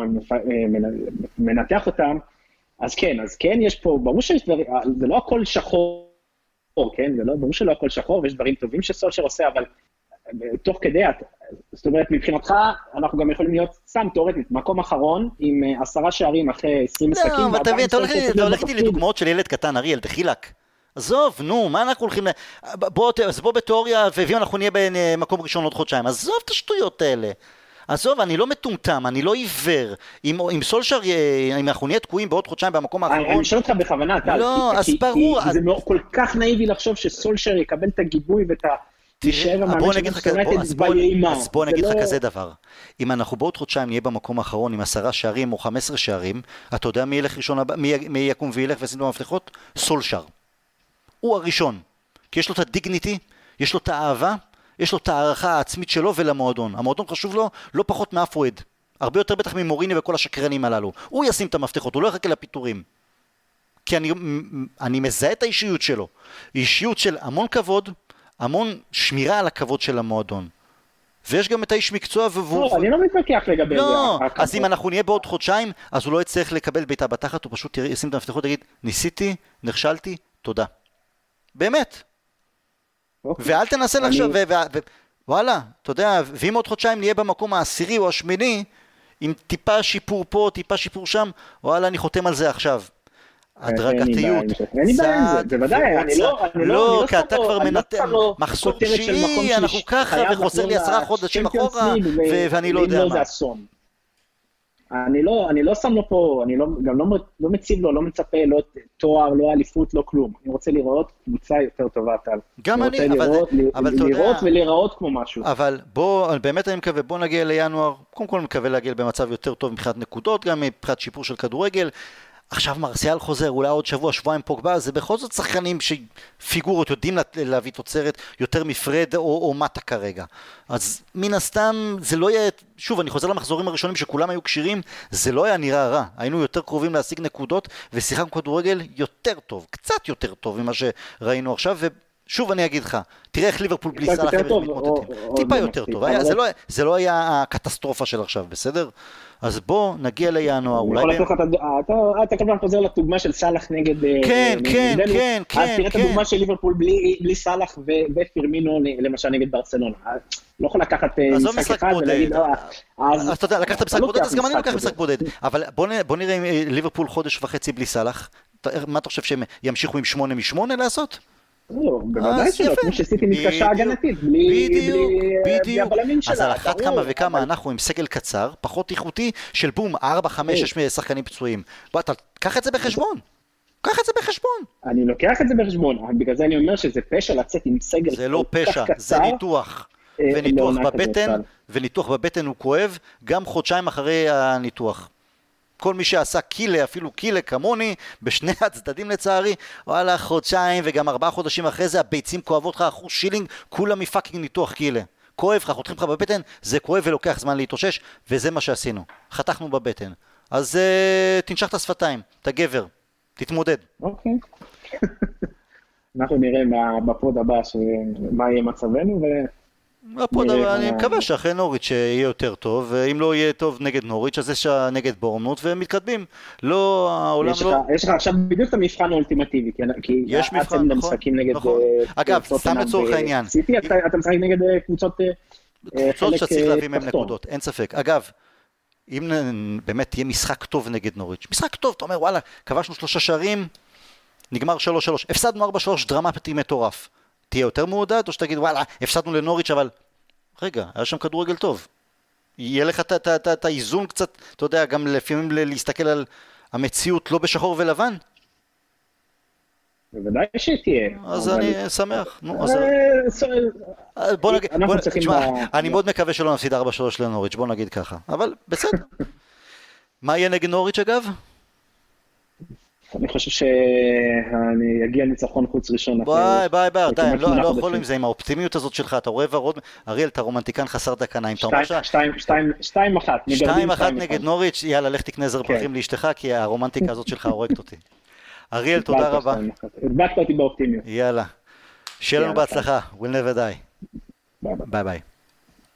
מנתח אותם, אז כן, אז כן, יש פה, ברור שיש דברים, זה לא הכל שחור, כן, זה לא, ברור שלא הכל שחור, ויש דברים טובים שסולשר עושה, אבל תוך כדי, זאת אומרת, מבחינתך, אנחנו גם יכולים להיות סתם תיאורטית, מקום אחרון, עם עשרה שערים אחרי עשרים משחקים. לא, אבל תבין, אתה הולך איתי לדוגמאות של ילד קטן, אריאל, דחילק. עזוב, נו, מה אנחנו הולכים, בוא, אז בוא בתיאוריה, ואם אנחנו נהיה במקום ראשון עוד חודשיים, עזוב את השטויות האלה. עזוב, אני לא מטומטם, אני לא עיוור. אם, אם סולשר, אם אנחנו נהיה תקועים בעוד חודשיים במקום האחרון... אני שואל אותך בכוונה, טל. לא, כי, אז כי, ברור. כי אז... זה כל כך נאיבי לחשוב שסולשר יקבל את הגיבוי ואת ה... בוא נגיד לך, בוא, אז בוא, אז בוא נגיד לך לא... כזה דבר. אם אנחנו בעוד חודשיים נהיה במקום האחרון עם עשרה שערים או חמש עשרה שערים, אתה יודע מי ילך ראשון, מי, מי יקום וילך ושים לו מפתחות? סולשר. הוא הראשון. כי יש לו את הדיגניטי, יש לו את האהבה, יש לו את הערכה העצמית שלו ולמועדון. המועדון חשוב לו לא פחות מאף אוהד. הרבה יותר בטח ממוריני וכל השקרנים הללו. הוא ישים את המפתחות, הוא לא יחכה לפיטורים. כי אני, אני מזהה את האישיות שלו. אישיות של המון כבוד, המון שמירה על הכבוד של המועדון. ויש גם את האיש מקצוע והוא... לא, אני לא מתווכח לגבי זה. לא, אז אם אנחנו נהיה בעוד חודשיים, אז הוא לא יצטרך לקבל ביתה בתחת, הוא פשוט ישים את המפתחות ויגיד, ניסיתי, נכשלתי, תודה. באמת. ואל תנסה לחשוב, וואלה, אתה יודע, ואם עוד חודשיים נהיה במקום העשירי או השמיני, עם טיפה שיפור פה, טיפה שיפור שם, וואלה, אני חותם על זה עכשיו. הדרגתיות, צעד ועוד צעד. לא, כי אתה כבר מנתן מחסור תשיעי, אנחנו ככה, וחוסר לי עשרה חודשים אחורה, ואני לא יודע מה. אני לא, אני לא שם לו פה, אני לא, גם לא, לא מציב לו, לא מצפה, לא תואר, לא אליפות, לא כלום. אני רוצה לראות קבוצה יותר טובה, טל. גם אני, אני רוצה אבל, לראות, אבל ל, לראות ולראות כמו משהו. אבל בוא, באמת אני מקווה, בוא נגיע לינואר, קודם כל אני מקווה להגיע במצב יותר טוב מבחינת נקודות, גם מבחינת שיפור של כדורגל. עכשיו מרסיאל חוזר, אולי עוד שבוע, שבועיים פוגבה, זה בכל זאת שחקנים שפיגורות יודעים להביא תוצרת יותר מפרד או, או מטה כרגע. אז מן הסתם זה לא יהיה, שוב אני חוזר למחזורים הראשונים שכולם היו קשירים, זה לא היה נראה רע, היינו יותר קרובים להשיג נקודות ושיחקנו כדורגל יותר טוב, קצת יותר טוב ממה שראינו עכשיו, ושוב אני אגיד לך, תראה איך ליברפול בלי סלאח מתמודדים, טיפה יותר טוב, זה לא היה הקטסטרופה של עכשיו, בסדר? אז בוא נגיע לינואר, אולי... אתה כמובן חוזר לדוגמה של סלאח נגד... כן, כן, כן, כן. אז תראה את הדוגמה של ליברפול בלי סלאח ופירמינו למשל נגד ברצלונה. לא יכול לקחת משחק אחד ולהגיד... אז אתה יודע, לקחת משחק בודד, אז גם אני לוקח משחק בודד. אבל בוא נראה עם ליברפול חודש וחצי בלי סלאח. מה אתה חושב שהם ימשיכו עם שמונה משמונה לעשות? לא, בוודאי שלא, כמו שסיטי מתקשה הגנתית, בלי הבלמים שלה. אז על אחת כמה וכמה אנחנו עם סגל קצר, פחות איכותי, של בום, ארבע, חמש, שש שחקנים פצועים. בוא, אתה קח את זה בחשבון. קח את זה בחשבון. אני לוקח את זה בחשבון, בגלל זה אני אומר שזה פשע לצאת עם סגל קצר. זה לא פשע, זה ניתוח. וניתוח בבטן, וניתוח בבטן הוא כואב, גם חודשיים אחרי הניתוח. כל מי שעשה קילה, אפילו קילה כמוני, בשני הצדדים לצערי, וואלה, חודשיים וגם ארבעה חודשים אחרי זה, הביצים כואבות לך, אחוז שילינג, כולם מפאקינג ניתוח קילה. כואב לך, חותכים לך בבטן, זה כואב ולוקח זמן להתאושש, וזה מה שעשינו. חתכנו בבטן. אז uh, תנשך את השפתיים, אתה גבר, תתמודד. אוקיי. אנחנו נראה מה- בפוד הבא, ש- מה יהיה מצבנו, הפוד, נראה אני מה- מקווה שאחרי נוריץ' יהיה יותר טוב, ואם לא יהיה טוב נגד נוריץ', אז יש נגד בורנמוט ומתקדמים. לא, העולם יש לך, לא... יש לך עכשיו בדיוק את המבחן האולטימטיבי, כי, כי יש מבחן, אצל נכון, משחקים נגד נכון. אה, אגב, קבוצות סתם ענק לצורך העניין. בסיטי, אתה, אתה משחק נגד אה, קבוצות אה, אה, קבוצות חלק, שאתה צריך אה, להביא מהם תחתון. נקודות, אין ספק. אגב, אם נ- באמת תהיה משחק טוב נגד נוריץ', משחק טוב, אתה אומר וואלה, כבשנו שלושה שערים, נגמר שלוש שלוש, הפסדנו ארבע שלוש, דרמטי מטורף. תהיה יותר מעודד, או שתגיד וואלה, הפסדנו לנוריץ' אבל... רגע, היה שם כדורגל טוב. יהיה לך את- את- את- את האיזון קצת, אתה יודע, גם לפעמים ל- להסתכל על המציאות לא בשחור ולבן. בוודאי שתהיה. אז אבל- אני שמח. נו, אז... אה, ס- בוא נגיד, אנחנו בוא, צריכים תשמע, ב- אני מאוד מקווה שלא נפסיד ארבע שלוש לנוריץ', בוא נגיד ככה, אבל בסדר. מה יהיה נגד נוריץ' אגב? אני חושב שאני אגיע ניצחון חוץ ראשון. אחרי- ביי ביי ביי, די, כמעט אני לא שמונה לא יכול חודשים. עם זה, עם האופטימיות הזאת שלך, אתה רואה ורוד, אריאל, אתה רומנטיקן חסר דקניים, אתה אומר ש... שתיים- שתיים- שתיים- שתיים אחת. נגרדים שתיים אחת שתיים נגד נוריץ', יאללה, לך תקנה זר כן. פרחים לאשתך, כי הרומנטיקה הזאת שלך הורגת אותי. אריאל, תודה הדבקת רבה. שתיים אחת. הדבקת אותי באופטימיות. יאללה. שיהיה לנו יאללה, בהצלחה. We'll never die. ביי ביי. ביי ביי.